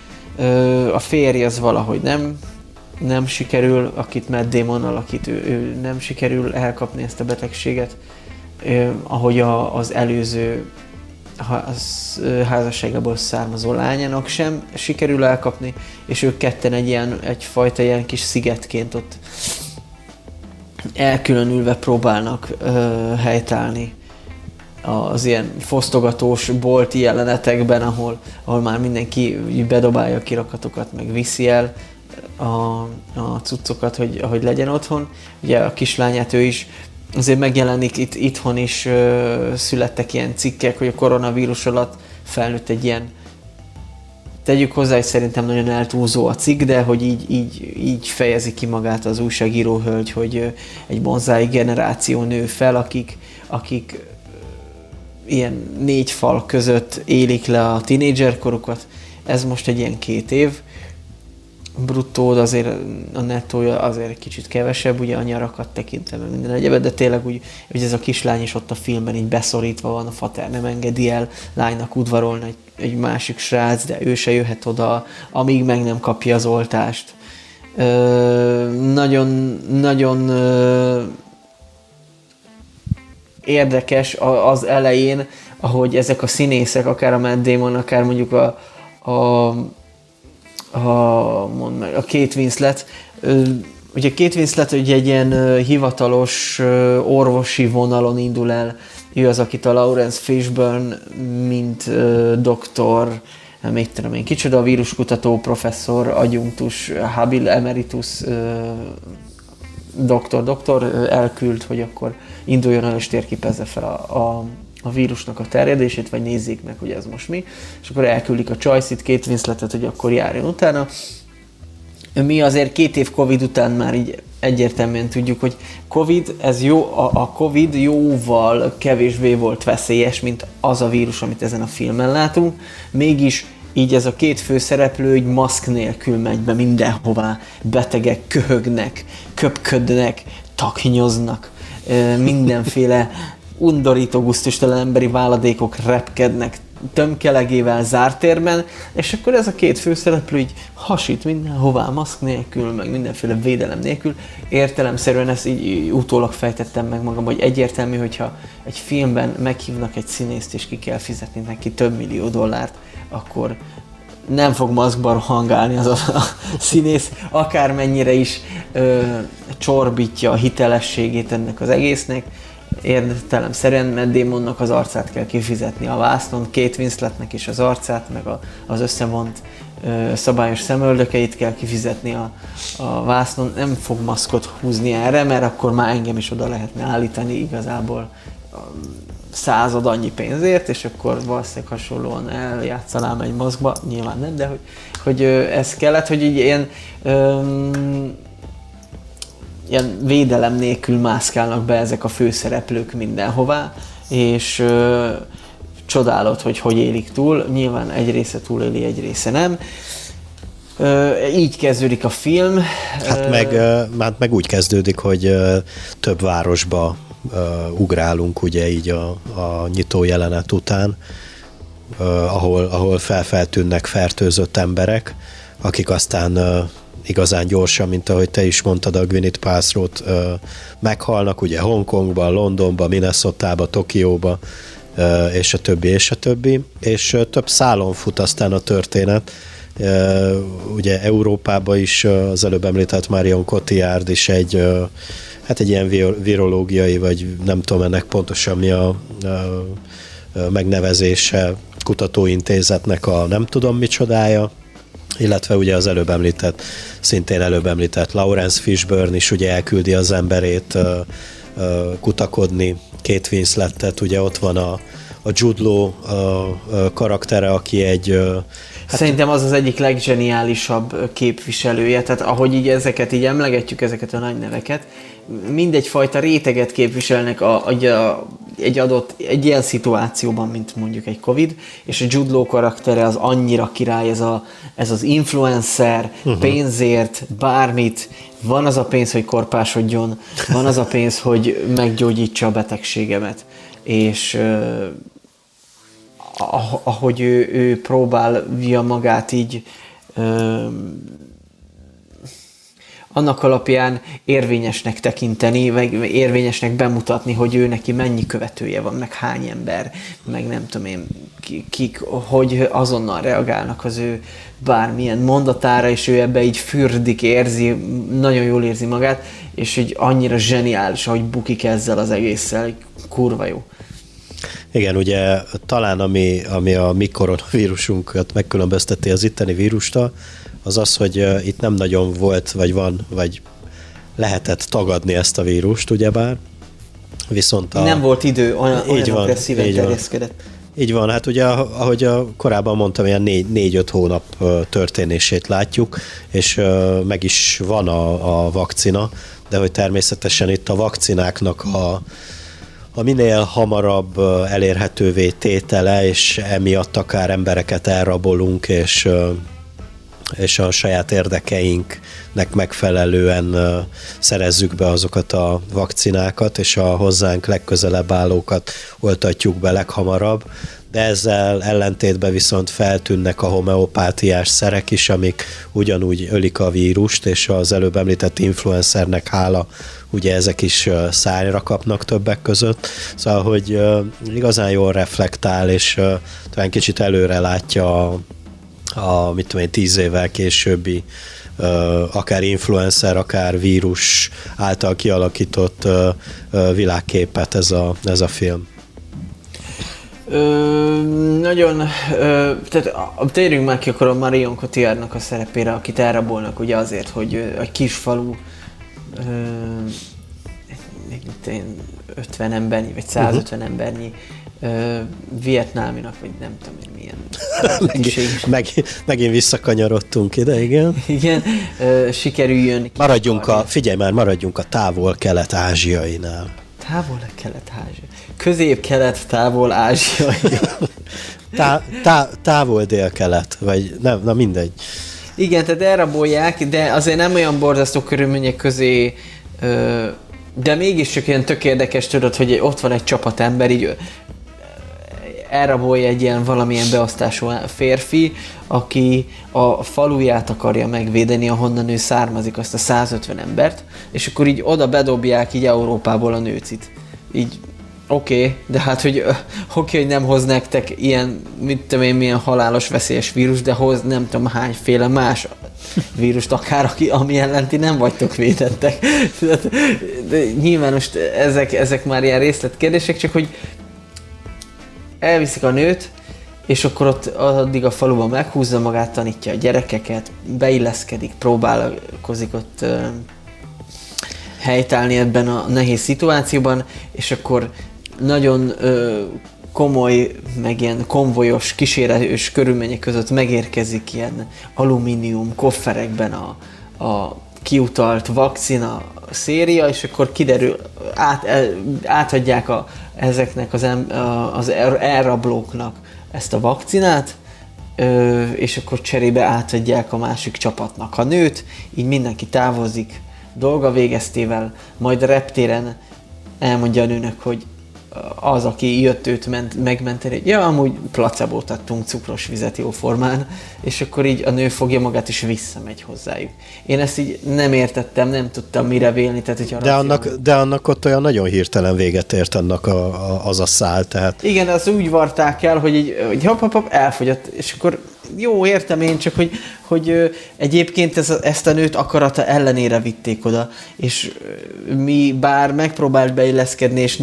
A férj az valahogy nem sikerül, akit Matt Damon alakít, ő nem sikerül elkapni ezt a betegséget, ahogy az előző házasságából származó lányának sem sikerül elkapni, és ők ketten egyfajta ilyen kis szigetként ott elkülönülve próbálnak helytállni az ilyen fosztogatós bolti jelenetekben, ahol már mindenki bedobálja a kirakatokat, meg viszi el a cuccokat, hogy legyen otthon. Ugye a kislányát ő is azért megjelenik, itthon is születtek ilyen cikkek, hogy a koronavírus alatt felnőtt egy ilyen, tegyük hozzá, hogy szerintem nagyon eltúlzó a cikk, de hogy így fejezi ki magát az újságíró hölgy, hogy egy bonzái generáció nő fel, akik ilyen 4 fal között élik le a tínédzserkorukat. Ez most egy ilyen 2 év. Bruttó, azért a nettója azért egy kicsit kevesebb, ugye a nyarakat tekintve meg minden egyebet, de tényleg úgy, hogy ez a kislány is ott a filmben így beszorítva van, a fater nem engedi el lánynak udvarolni egy másik srác, de ő se jöhet oda, amíg meg nem kapja az oltást. Nagyon érdekes az elején, ahogy ezek a színészek, akár a Matt Damon, akár mondjuk a Kate Winslet. Ugye Kate Winslet ugye egy ilyen hivatalos orvosi vonalon indul el. Ő az, akit a Lawrence Fishburne, mint doktor, nem tudom én, kicsoda, a víruskutató professzor, adjunktus, habil emeritus doktor elküld, hogy akkor induljon el és térképezze fel a vírusnak a terjedését, vagy nézzék meg, hogy ez most mi, és akkor elküldik a Joyce-it, Kate Winsletet, hogy akkor járjon utána. Mi azért 2 év Covid után már így egyértelműen tudjuk, hogy Covid, ez jó, a Covid jóval kevésbé volt veszélyes, mint az a vírus, amit ezen a filmen látunk, mégis így ez a 2 főszereplő így maszk nélkül megy be mindenhová, betegek köhögnek, köpködnek, taknyoznak, mindenféle undorító, gusztustalan emberi váladékok repkednek tömkelegével zárt térben, és akkor ez a 2 főszereplő így hasít mindenhová, maszk nélkül, meg mindenféle védelem nélkül. Értelemszerűen ezt így utólag fejtettem meg magam, hogy egyértelmű, hogyha egy filmben meghívnak egy színészt, és ki kell fizetni neki több millió dollárt, akkor nem fog maszkba rohangálni az a színész, akármennyire is csorbítja a hitelességét ennek az egésznek. Értelemszerűen Matt Damonnak az arcát kell kifizetni a vásznon, Kate Winsletnek is az arcát, meg az összevont szabályos szemöldökeit kell kifizetni a vásznon. Nem fog maszkot húzni erre, mert akkor már engem is oda lehetne állítani igazából század annyi pénzért, és akkor valószínűleg hasonlóan eljátszanám egy maszkba, nyilván nem, de hogy ez kellett, hogy így ilyen védelem nélkül mászkálnak be ezek a főszereplők mindenhová, és csodálod, hogy élik túl. Nyilván egy része túléli, egy része nem. Így kezdődik a film. Hát meg úgy kezdődik, hogy több városba ugrálunk ugye így a nyitó jelenet után, ahol feltűnnek fertőzött emberek, akik aztán igazán gyorsan, mint ahogy te is mondtad, a Gwyneth Paltrow-t meghalnak, ugye Hongkongba, Londonba, Minnesotába, Tokióba, és a többi, és a többi. És több szálon fut aztán a történet. Ugye Európában is az előbb említett Marion Cotillard is egy ilyen virológiai, vagy nem tudom ennek pontosan mi a megnevezése, kutatóintézetnek a nem tudom micsodája, illetve ugye az szintén előbb említett Lawrence Fishburne is ugye elküldi az emberét kutakodni, Kate Winslettet, ugye ott van a Jude Law karaktere, aki egy... Szerintem az egyik leggeniálisabb képviselője, tehát ahogy így ezeket így emlegetjük, ezeket a nagy neveket, mindegyfajta réteget képviselnek egy ilyen szituációban, mint mondjuk egy Covid, és a Jude Law karaktere az annyira király, ez az influencer, pénzért, bármit, van az a pénz, hogy korpásodjon, van az a pénz, hogy meggyógyítsa a betegségemet, és ahogy ő próbálja magát így annak alapján érvényesnek tekinteni, meg érvényesnek bemutatni, hogy ő neki mennyi követője van, meg hány ember, meg nem tudom én, kik, hogy azonnal reagálnak az ő bármilyen mondatára, és ő ebbe így fürdik, érzi, nagyon jól érzi magát, és így annyira zseniális, ahogy bukik ezzel az egésszel, kurva jó. Igen, ugye talán ami a mi koronavírusunkat megkülönbözteti az itteni vírustól, az az, hogy itt nem nagyon volt, vagy van, vagy lehetett tagadni ezt a vírust, ugyebár. Viszont nem volt idő, olyan agresszíven terjeszkedett. Így van, hát ugye, ahogy korábban mondtam, ilyen 4-5 hónap történését látjuk, és meg is van a vakcina, de hogy természetesen itt a vakcináknak a minél hamarabb elérhetővé tétele, és emiatt akár embereket elrabolunk, és a saját érdekeinknek megfelelően szerezzük be azokat a vakcinákat, és a hozzánk legközelebb állókat oltatjuk be leghamarabb, de ezzel ellentétben viszont feltűnnek a homeopátiás szerek is, amik ugyanúgy ölik a vírust, és az előbb említett influencernek hála, ugye ezek is szárnyra kapnak többek között, szóval, hogy igazán jól reflektál, és talán kicsit előre látja mit tudom én, 10 évvel későbbi akár influencer, akár vírus által kialakított világképet ez a film. Tehát térjünk már ki akkor a Marion Cotillardnak a szerepére, akit elrabolnak ugye azért, hogy egy kis falu 50 embernyi, vagy 150 embernyi vietnáminak, vagy nem tudom én milyen megint visszakanyarodtunk ide, igen. Igen, sikerüljön. Maradjunk a távol-kelet-ázsiainál. Távol-kelet-ázsia. Közép-kelet, távol-ázsiai. Távol-dél-kelet, vagy nem, na mindegy. Igen, tehát elrabolják, de azért nem olyan borzasztó körülmények közé, de mégiscsak ilyen tök érdekes, tudod, hogy ott van egy csapat ember, így elrabolja egy ilyen valamilyen beosztású férfi, aki a faluját akarja megvédeni, ahonnan ő származik, azt a 150 embert, és akkor így oda bedobják így Európából a nőcit. Így Oké, de hát, hogy nem hoz nektek ilyen, mit tudom én, milyen halálos veszélyes vírus, de hoz nem tudom hányféle más vírust, akár ami ellen ti nem vagytok védettek. De nyilván most ezek már ilyen részletkérdések, csak hogy elviszik a nőt, és akkor ott addig a faluban meghúzza magát, tanítja a gyerekeket, beilleszkedik, próbálkozik ott helytállni ebben a nehéz szituációban, és akkor nagyon komoly, meg ilyen konvojos, kísérős körülmények között megérkezik ilyen alumínium kofferekben a kiutalt vakcina széria, és akkor kiderül, átadják ezeknek az elrablóknak ezt a vakcinát, és akkor cserébe átadják a másik csapatnak a nőt, így mindenki távozik dolga végeztével, majd a reptéren elmondja a nőnek, hogy az, aki jött őt megmenteni, hogy ja, amúgy placebót adtunk, cukros vizet jóformán, és akkor így a nő fogja magát és visszamegy hozzájuk. Én ezt így nem értettem, nem tudtam mire vélni. Tehát, de annak ott olyan nagyon hirtelen véget ért annak az a szál, tehát... Igen, azt úgy varták el, hogy hopp, elfogyott, és akkor jó, értem én, csak hogy egyébként ezt a nőt akarata ellenére vitték oda, és mi bár megpróbált beilleszkedni, és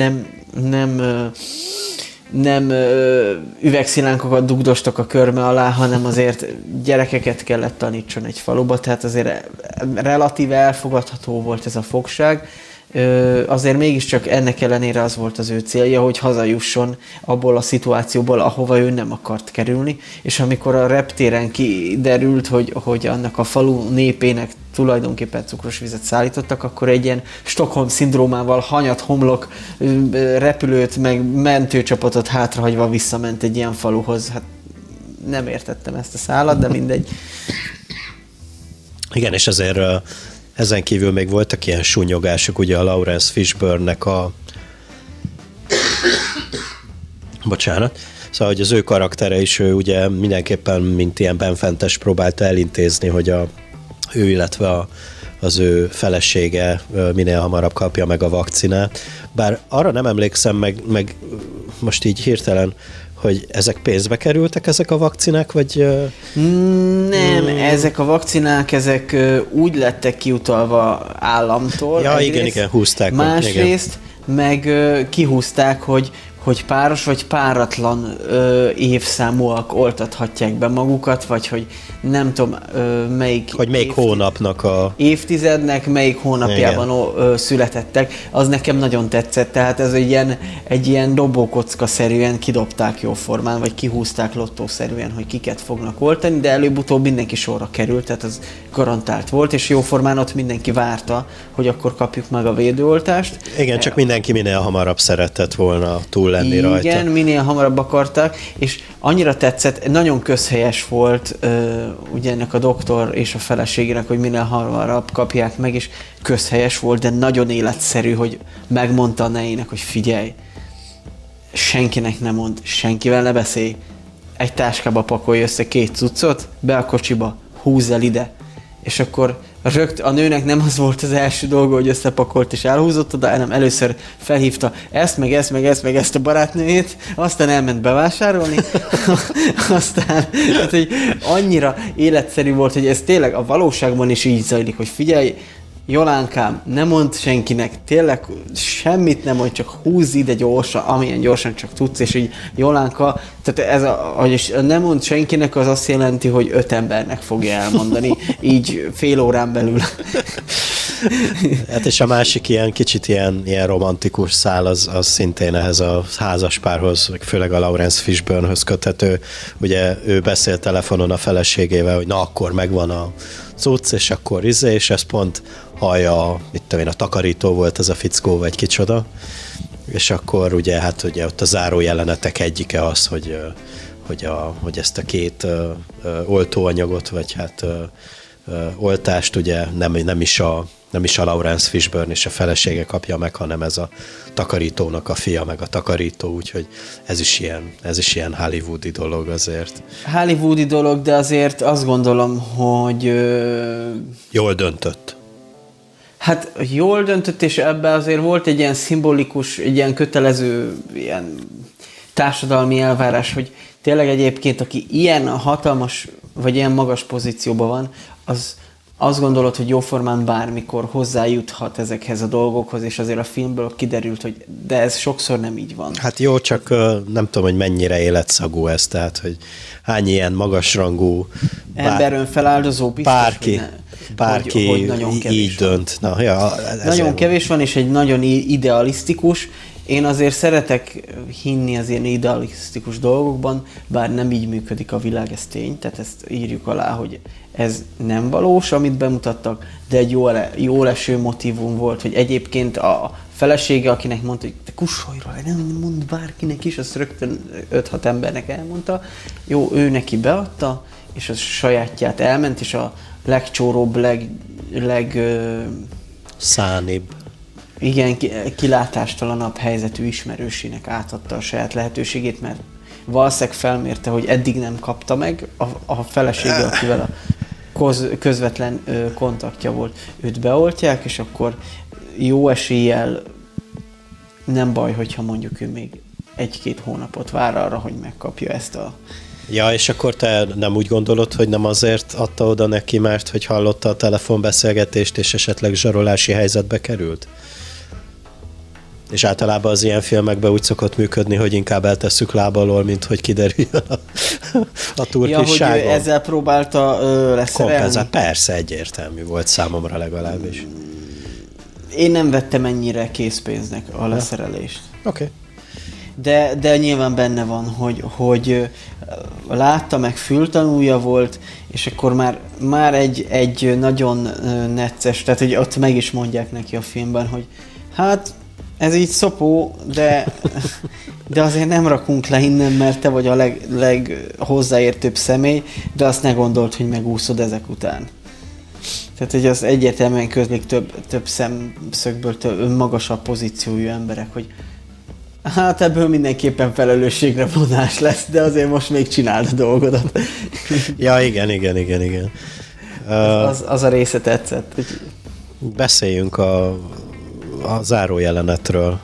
nem üvegszilánkokat dugdostak a körme alá, hanem azért gyerekeket kellett tanítson egy faluba, tehát azért relatíve elfogadható volt ez a fogság. Azért mégiscsak ennek ellenére az volt az ő célja, hogy hazajusson abból a szituációból, ahova ő nem akart kerülni, és amikor a reptéren kiderült, hogy annak a falu népének tulajdonképpen cukros vizet szállítottak, akkor egy ilyen Stockholm-szindrómával hanyat, homlok repülőt, meg mentőcsapatot hátrahagyva visszament egy ilyen faluhoz. Hát nem értettem ezt a szállat, de mindegy. Igen, és azért ezen kívül még voltak ilyen súnyogások, ugye a Lawrence Fishburne-nek bocsánat. Szóval, hogy az ő karaktere is, ő ugye mindenképpen, mint ilyen benfentes próbálta elintézni, hogy ő, illetve az ő felesége minél hamarabb kapja meg a vakcinát. Bár arra nem emlékszem, meg most így hirtelen, hogy ezek pénzbe kerültek, ezek a vakcinák, vagy... Nem, ezek a vakcinák, ezek úgy lettek kiutalva államtól. Ja, igen, húzták. Másrészt meg kihúzták, hogy páros vagy páratlan évszámúak oltathatják be magukat, vagy hogy nem tudom melyik... Hogy melyik hónapnak a... Évtizednek melyik hónapjában születettek, az nekem nagyon tetszett, tehát ez egy ilyen dobókocka-szerűen kidobták jóformán, vagy kihúzták lottószerűen, hogy kiket fognak oltani, de előbb-utóbb mindenki sorra került, tehát az garantált volt, és jóformán ott mindenki várta, hogy akkor kapjuk meg a védőoltást. Igen, csak mindenki minél hamarabb szeretett volna túl lenni rajta. Igen, minél hamarabb akartak, és annyira tetszett, nagyon közhelyes volt ugye ennek a doktor és a feleségének, hogy minél hamarabb kapják meg, és közhelyes volt, de nagyon életszerű, hogy megmondta a nejének, hogy figyelj, senkinek nem mond, senkivel ne beszélj, egy táskába pakolj össze 2 cuccot, be a kocsiba, húzz el ide, és akkor a nőnek nem az volt az első dolga, hogy összepakolt és elhúzott oda, hanem először felhívta ezt, meg ezt a barátnőjét, aztán elment bevásárolni, aztán hát, hogy annyira életszerű volt, hogy ez tényleg a valóságban is így zajlik, hogy figyelj, Jolánkám, ne mondd senkinek, tényleg semmit nem mondj, csak húzz ide gyorsan, amilyen gyorsan csak tudsz, és így Jolánka, tehát ez hogy nem mondd senkinek, az azt jelenti, hogy 5 embernek fogja elmondani, így fél órán belül. Hát és a másik ilyen kicsit ilyen romantikus szál, az szintén ehhez a házaspárhoz, főleg a Lawrence Fishburne-höz köthető. Ugye ő beszél telefonon a feleségével, hogy na akkor megvan a cucc, és akkor és ez pont hallja, mit tudom én, a takarító volt ez a fickó, vagy kicsoda, és akkor ugye, hát ugye ott a záró jelenetek egyike az, hogy ezt a 2 oltóanyagot, vagy hát oltást ugye nem is a Lawrence Fishburne és a felesége kapja meg, hanem ez a takarítónak a fia, meg a takarító, úgyhogy ez is ilyen hollywoodi dolog azért. Hollywoodi dolog, de azért azt gondolom, hogy... Jól döntött. Hát jól döntött, és ebben azért volt egy ilyen szimbolikus, egy ilyen kötelező ilyen társadalmi elvárás, hogy tényleg egyébként, aki ilyen hatalmas, vagy ilyen magas pozícióban van, az azt gondolod, hogy jóformán bármikor hozzájuthat ezekhez a dolgokhoz, és azért a filmből kiderült, hogy de ez sokszor nem így van. Hát jó, csak nem tudom, hogy mennyire életszagú ez, tehát, hogy hány ilyen magasrangú emberön feláldozó biztos, bárki hogy nagyon kevés így dönt. Na, ja, nagyon kevés van, és egy nagyon idealisztikus. Én azért szeretek hinni az ilyen idealisztikus dolgokban, bár nem így működik a világ, ez tény, tehát ezt írjuk alá, hogy ez nem valós, amit bemutattak, de egy jó eső motívum volt, hogy egyébként a felesége, akinek mondta, hogy te kussolj róla, nem mondd bárkinek is, azt rögtön 5-6 embernek elmondta. Jó, ő neki beadta, és a sajátját elment, és a legcsóróbb, szánibb. Igen, kilátástalanabb helyzetű ismerősének átadta a saját lehetőségét, mert valószínűleg felmérte, hogy eddig nem kapta meg a felesége, akivel a közvetlen kontaktja volt. Őt beoltják, és akkor jó eséllyel nem baj, hogyha mondjuk ő még 1-2 hónapot vár arra, hogy megkapja ezt a... Ja, és akkor te nem úgy gondolod, hogy nem azért adta oda neki, mert hogy hallotta a telefonbeszélgetést, és esetleg zsarolási helyzetbe került? És általában az ilyen filmekben úgy szokott működni, hogy inkább eltesszük láb alól, mint hogy kiderüljön a turpisságon. Ja, hogy ezzel próbálta leszerelni? Persze, egyértelmű volt számomra legalábbis. Én nem vettem ennyire készpénznek a leszerelést. Oké. De nyilván benne van, hogy látta, meg fültanúja volt, és akkor már egy nagyon necces, tehát hogy ott meg is mondják neki a filmben, hogy hát ez így szopó, de azért nem rakunk le innen, mert te vagy a leghozzáértőbb személy, de azt ne gondold, hogy megúszod ezek után. Tehát, hogy az egyértelműen közlik több szemszögből magasabb pozíciójú emberek, hogy hát ebből mindenképpen felelősségre vonás lesz, de azért most még csináld a dolgodat. Ja, igen. Az a része tetszett. Beszéljünk a zárójelenetről.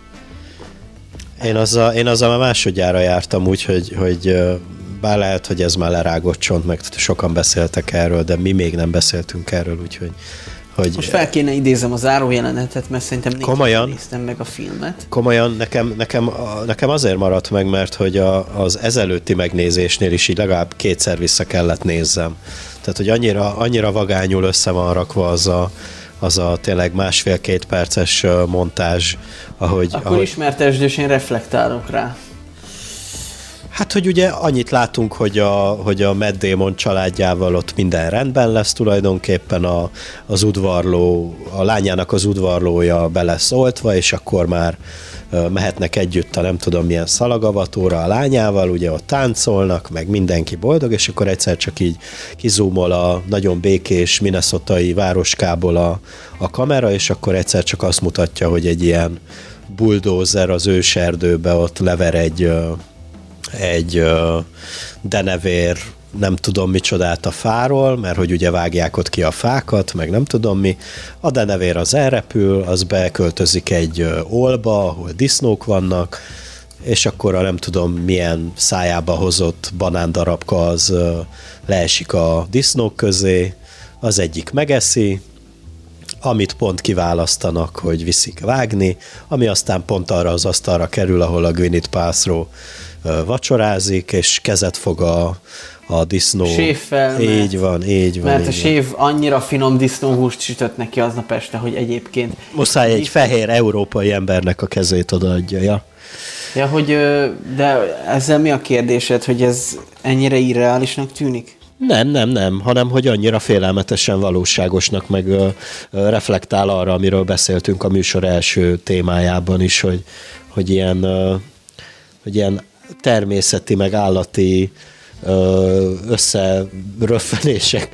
Én azzal már másodjára jártam úgy, hogy bár lehet, hogy ez már lerágott csont, meg sokan beszéltek erről, de mi még nem beszéltünk erről, úgyhogy... Most fel kéne idézem a zárójelenetet, mert szerintem néztem meg a filmet. Komolyan, nekem azért maradt meg, mert hogy az ezelőtti megnézésnél is így legalább 2-szer vissza kellett nézzem. Tehát, hogy annyira vagányul össze van rakva az a tényleg 1,5-2 perces montázs, Akkor ismertesd, és én reflektálok rá. Hát, hogy ugye annyit látunk, hogy a Matt Damon családjával ott minden rendben lesz tulajdonképpen, az udvarló, a lányának az udvarlója be lesz oltva, és akkor már mehetnek együtt a nem tudom milyen szalagavatóra a lányával, ugye ott táncolnak, meg mindenki boldog, és akkor egyszer csak így kizúmol a nagyon békés minnesotai városkából a kamera, és akkor egyszer csak azt mutatja, hogy egy ilyen buldózer az őserdőbe ott lever egy denevér, nem tudom micsodát a fáról, mert hogy ugye vágják ott ki a fákat, meg nem tudom mi. A denevér az elrepül, az beköltözik egy olba, ahol disznók vannak, és akkor a nem tudom milyen szájába hozott banándarabka az leesik a disznók közé, az egyik megeszi, amit pont kiválasztanak, hogy viszik vágni, ami aztán pont arra az asztalra kerül, ahol a Gwyneth Paltrow vacsorázik, és kezet fog a disznó. Séffel. Így van. Mert a séf annyira finom disznóhúst sütött neki aznap este, hogy egyébként... Muszáj egy fehér európai embernek a kezét odaadja, ja. Ja, hogy, de ezzel mi a kérdésed, hogy ez ennyire irreálisnak tűnik? Nem, hanem hogy annyira félelmetesen valóságosnak, meg reflektál arra, amiről beszéltünk a műsor első témájában is, hogy ilyen természeti, meg állati összeröffenések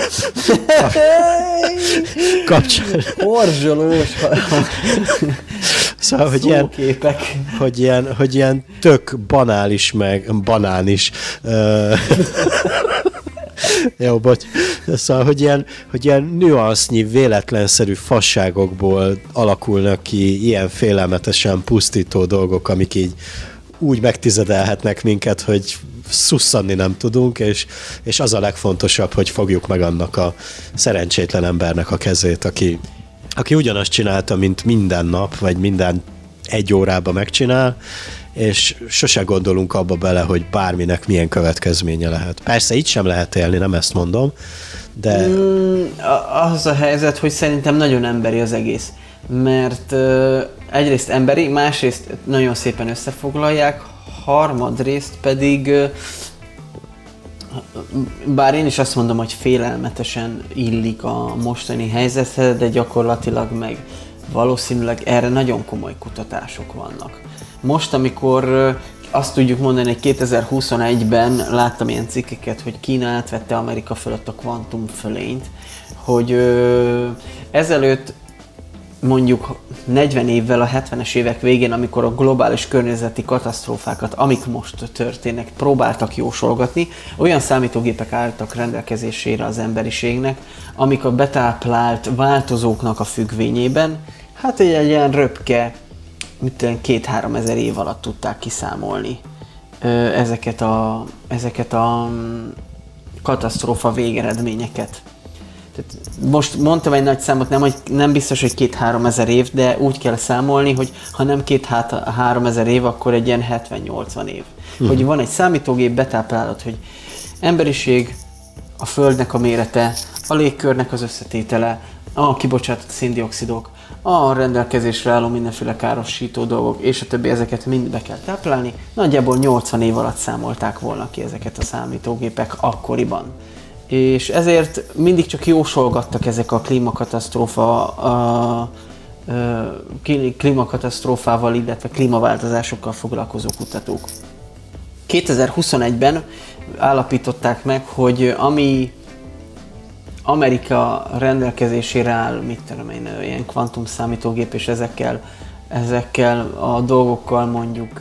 kapcsán. Horzsolós Szóval, hogy ilyen tök banális, meg banán is. Jó, bocs. Szóval, hogy ilyen nüansznyi, véletlenszerű fasságokból alakulnak ki ilyen félelmetesen pusztító dolgok, amik így úgy megtizedelhetnek minket, hogy szusszanni nem tudunk, és az a legfontosabb, hogy fogjuk meg annak a szerencsétlen embernek a kezét, aki ugyanazt csinálta, mint minden nap, vagy minden egy órában megcsinál, és sose gondolunk abba bele, hogy bárminek milyen következménye lehet. Persze így sem lehet élni, nem ezt mondom, de... Az a helyzet, hogy szerintem nagyon emberi az egész. Mert egyrészt emberi, másrészt nagyon szépen összefoglalják, harmadrészt pedig, bár én is azt mondom, hogy félelmetesen illik a mostani helyzethez, de gyakorlatilag meg valószínűleg erre nagyon komoly kutatások vannak. Most, amikor azt tudjuk mondani, hogy 2021-ben láttam ilyen cikkeket, hogy Kína átvette Amerika fölött a kvantumfölényt, hogy ezelőtt mondjuk 40 évvel a 70-es évek végén, amikor a globális környezeti katasztrófákat, amik most történnek, próbáltak jósolgatni, olyan számítógépek álltak rendelkezésére az emberiségnek, amik a betáplált változóknak a függvényében, hát egy ilyen röpke, 2-3 ezer év alatt tudták kiszámolni ezeket a katasztrófa végeredményeket. Tehát most mondtam egy nagy számot, nem biztos, hogy 2-3 ezer év, de úgy kell számolni, hogy ha nem 2-3 ezer év, akkor egy ilyen 70-80 év. Hogy van egy számítógép betáplálat, hogy emberiség, a Földnek a mérete, a légkörnek az összetétele, a kibocsátott széndioxidok, a rendelkezésre álló mindenféle károsító dolgok, és a többi, ezeket mind be kell táplálni. Nagyjából 80 év alatt számolták volna ki ezeket a számítógépek akkoriban. És ezért mindig csak jósolgattak ezek a klímakatasztrófával, illetve klímaváltozásokkal foglalkozó kutatók. 2021-ben állapították meg, hogy ami Amerika rendelkezésére áll, ilyen kvantumszámítógép, és ezekkel a dolgokkal mondjuk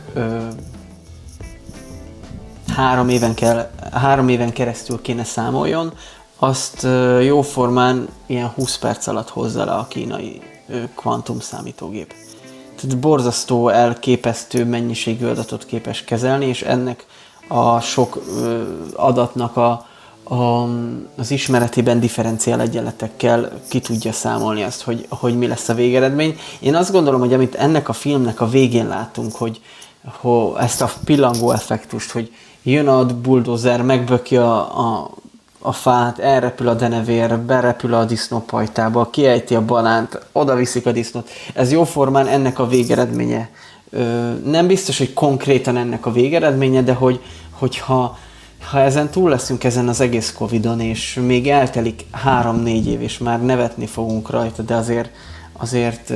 3 éven keresztül kéne számoljon, azt jóformán ilyen 20 perc alatt hozza le a kínai kvantumszámítógép. Tehát borzasztó, elképesztő mennyiségű adatot képes kezelni, és ennek a sok adatnak az ismeretében differenciál egyenletekkel ki tudja számolni azt, hogy mi lesz a végeredmény. Én azt gondolom, hogy amit ennek a filmnek a végén látunk, hogy ezt a pillangó effektust, hogy jön a bulldozer, megböki a fát, elrepül a denevér, berepül a disznópajtába, kiejti a banánt, oda viszik a disznót. Ez jóformán ennek a végeredménye. Nem biztos, hogy konkrétan ennek a végeredménye, de hogyha ezen túl leszünk ezen az egész Covidon, és még eltelik 3-4 év, és már nevetni fogunk rajta, de azért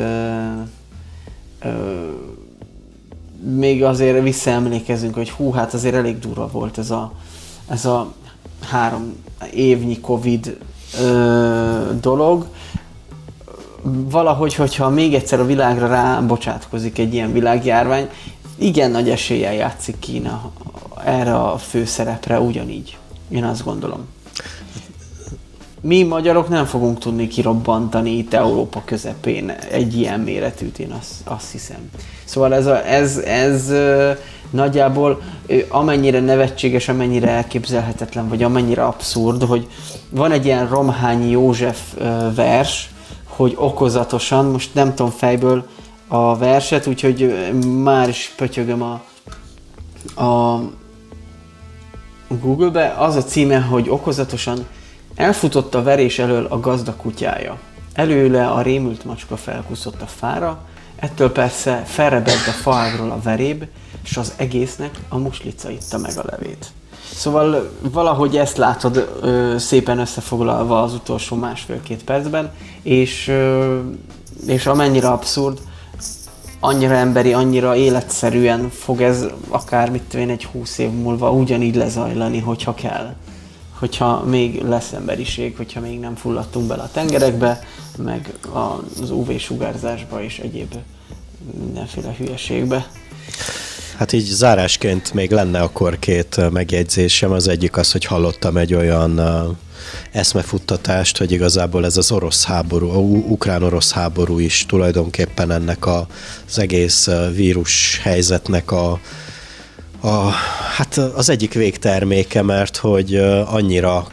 még azért visszaemlékezünk, hogy hát azért elég durva volt ez a 3 évnyi Covid dolog. Valahogy, hogyha még egyszer a világra rábocsátkozik egy ilyen világjárvány, igen nagy eséllyel játszik Kína erre a főszerepre ugyanígy. Én azt gondolom. Mi magyarok nem fogunk tudni kirobbantani itt Európa közepén egy ilyen méretűt, én azt hiszem. Szóval ez nagyjából amennyire nevetséges, amennyire elképzelhetetlen, vagy amennyire abszurd, hogy van egy ilyen Romhányi József vers, hogy okozatosan, most nem tudom fejből a verset, úgyhogy már is pötyögöm a Google-be. Az a címe, hogy okozatosan: elfutott a verés elől a gazda kutyája. Előle a rémült macska felkúszott a fára, ettől persze felrebett a faágról a veréb, és az egésznek a muslica itta meg a levét. Szóval valahogy ezt látod szépen összefoglalva az utolsó 1,5-2 percben, és amennyire abszurd, annyira emberi, annyira életszerűen fog ez akár egy 20 év múlva ugyanígy lezajlani, hogyha kell. Hogyha még lesz emberiség, hogyha még nem fulladtunk bele a tengerekbe, meg az UV-sugárzásba és egyéb mindenféle hülyeségbe. Hát így zárásként még lenne akkor 2 megjegyzésem. Az egyik az, hogy hallottam egy olyan eszmefuttatást, hogy igazából ez az orosz háború, ukrán-orosz háború is tulajdonképpen ennek az egész vírus helyzetnek hát az egyik végterméke, mert hogy annyira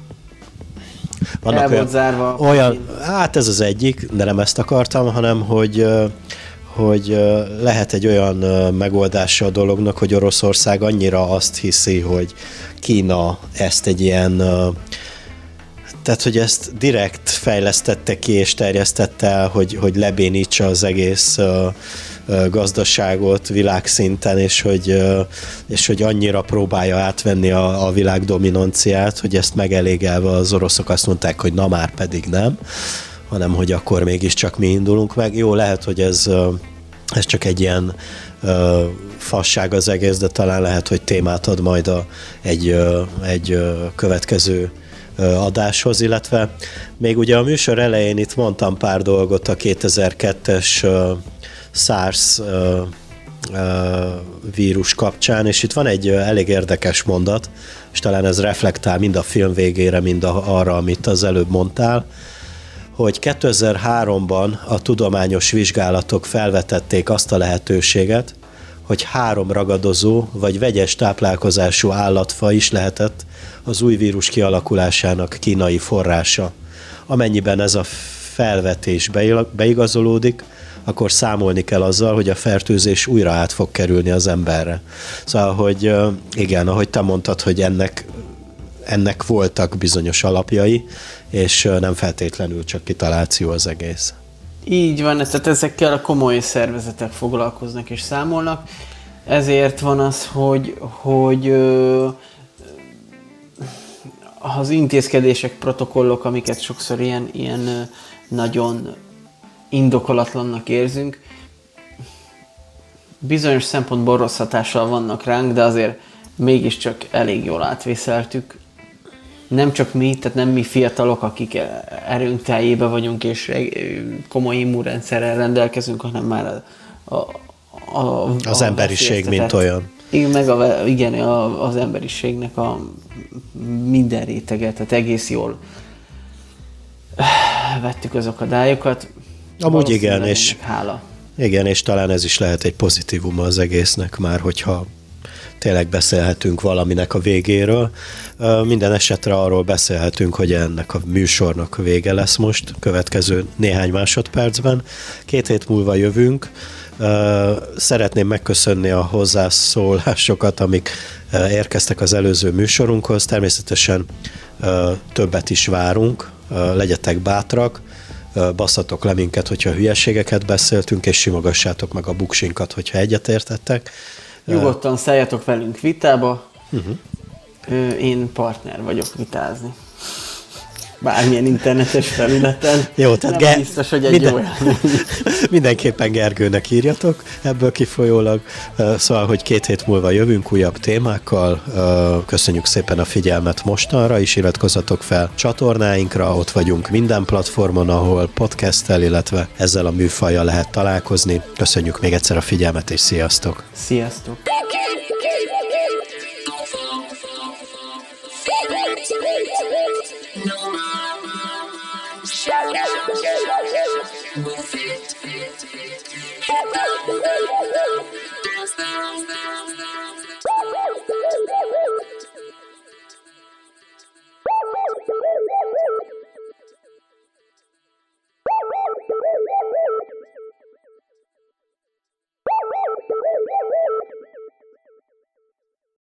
vannak olyan, hát ez az egyik, de nem ezt akartam, hanem hogy lehet egy olyan megoldása a dolognak, hogy Oroszország annyira azt hiszi, hogy Kína ezt egy ilyen, tehát hogy ezt direkt fejlesztette ki és terjesztette el, hogy lebénítsa az egész gazdaságot világszinten, és hogy annyira próbálja átvenni a világ dominanciát, hogy ezt megelégelve az oroszok azt mondták, hogy na már pedig nem, hanem hogy akkor mégiscsak mi indulunk meg. Jó, lehet, hogy ez csak egy ilyen fasság az egész, de talán lehet, hogy témát ad majd egy következő adáshoz, illetve még ugye a műsor elején itt mondtam pár dolgot a 2002-es SARS vírus kapcsán, és itt van egy elég érdekes mondat, és talán ez reflektál mind a film végére, mind arra, amit az előbb mondtál, hogy 2003-ban a tudományos vizsgálatok felvetették azt a lehetőséget, hogy 3 ragadozó vagy vegyes táplálkozású állatfaj is lehetett az új vírus kialakulásának kínai forrása. Amennyiben ez a felvetés beigazolódik, akkor számolni kell azzal, hogy a fertőzés újra át fog kerülni az emberre. Szóval, hogy igen, ahogy te mondtad, hogy ennek voltak bizonyos alapjai, és nem feltétlenül csak kitaláció az egész. Így van, tehát ezekkel a komoly szervezetek foglalkoznak és számolnak. Ezért van az, hogy az intézkedések, protokollok, amiket sokszor ilyen nagyon indokolatlannak érzünk, bizonyos szempontból rossz hatással vannak ránk, de azért mégiscsak elég jól átvészeltük. Nem csak mi, tehát nem mi fiatalok, akik erőnk teljébe vagyunk és komoly immunrendszerrel rendelkezünk, hanem már az emberiség, mint olyan. Igen, az emberiségnek a minden réteget, tehát egész jól vettük az akadályokat. Amúgy igen, hála. Igen, és talán ez is lehet egy pozitívuma az egésznek már, hogyha tényleg beszélhetünk valaminek a végéről. Minden esetre arról beszélhetünk, hogy ennek a műsornak vége lesz most, következő néhány másodpercben. 2 hét múlva jövünk. Szeretném megköszönni a hozzászólásokat, amik érkeztek az előző műsorunkhoz. Természetesen többet is várunk, legyetek bátrak, basszatok le minket, hogyha hülyeségeket beszéltünk, és simogassátok meg a buksinkat, hogyha egyetértettek. Nyugodtan szálljatok velünk vitába. Én partner vagyok vitázni. Bármilyen internetes felületen. Jó, tehát nem biztos, hogy egy jó mindenképpen Gergőnek írjatok ebből kifolyólag. Szóval, hogy 2 hét múlva jövünk újabb témákkal. Köszönjük szépen a figyelmet mostanra, és iratkozzatok fel csatornáinkra. Ott vagyunk minden platformon, ahol podcasttel, illetve ezzel a műfajjal lehet találkozni. Köszönjük még egyszer a figyelmet, és sziasztok! Sziasztok!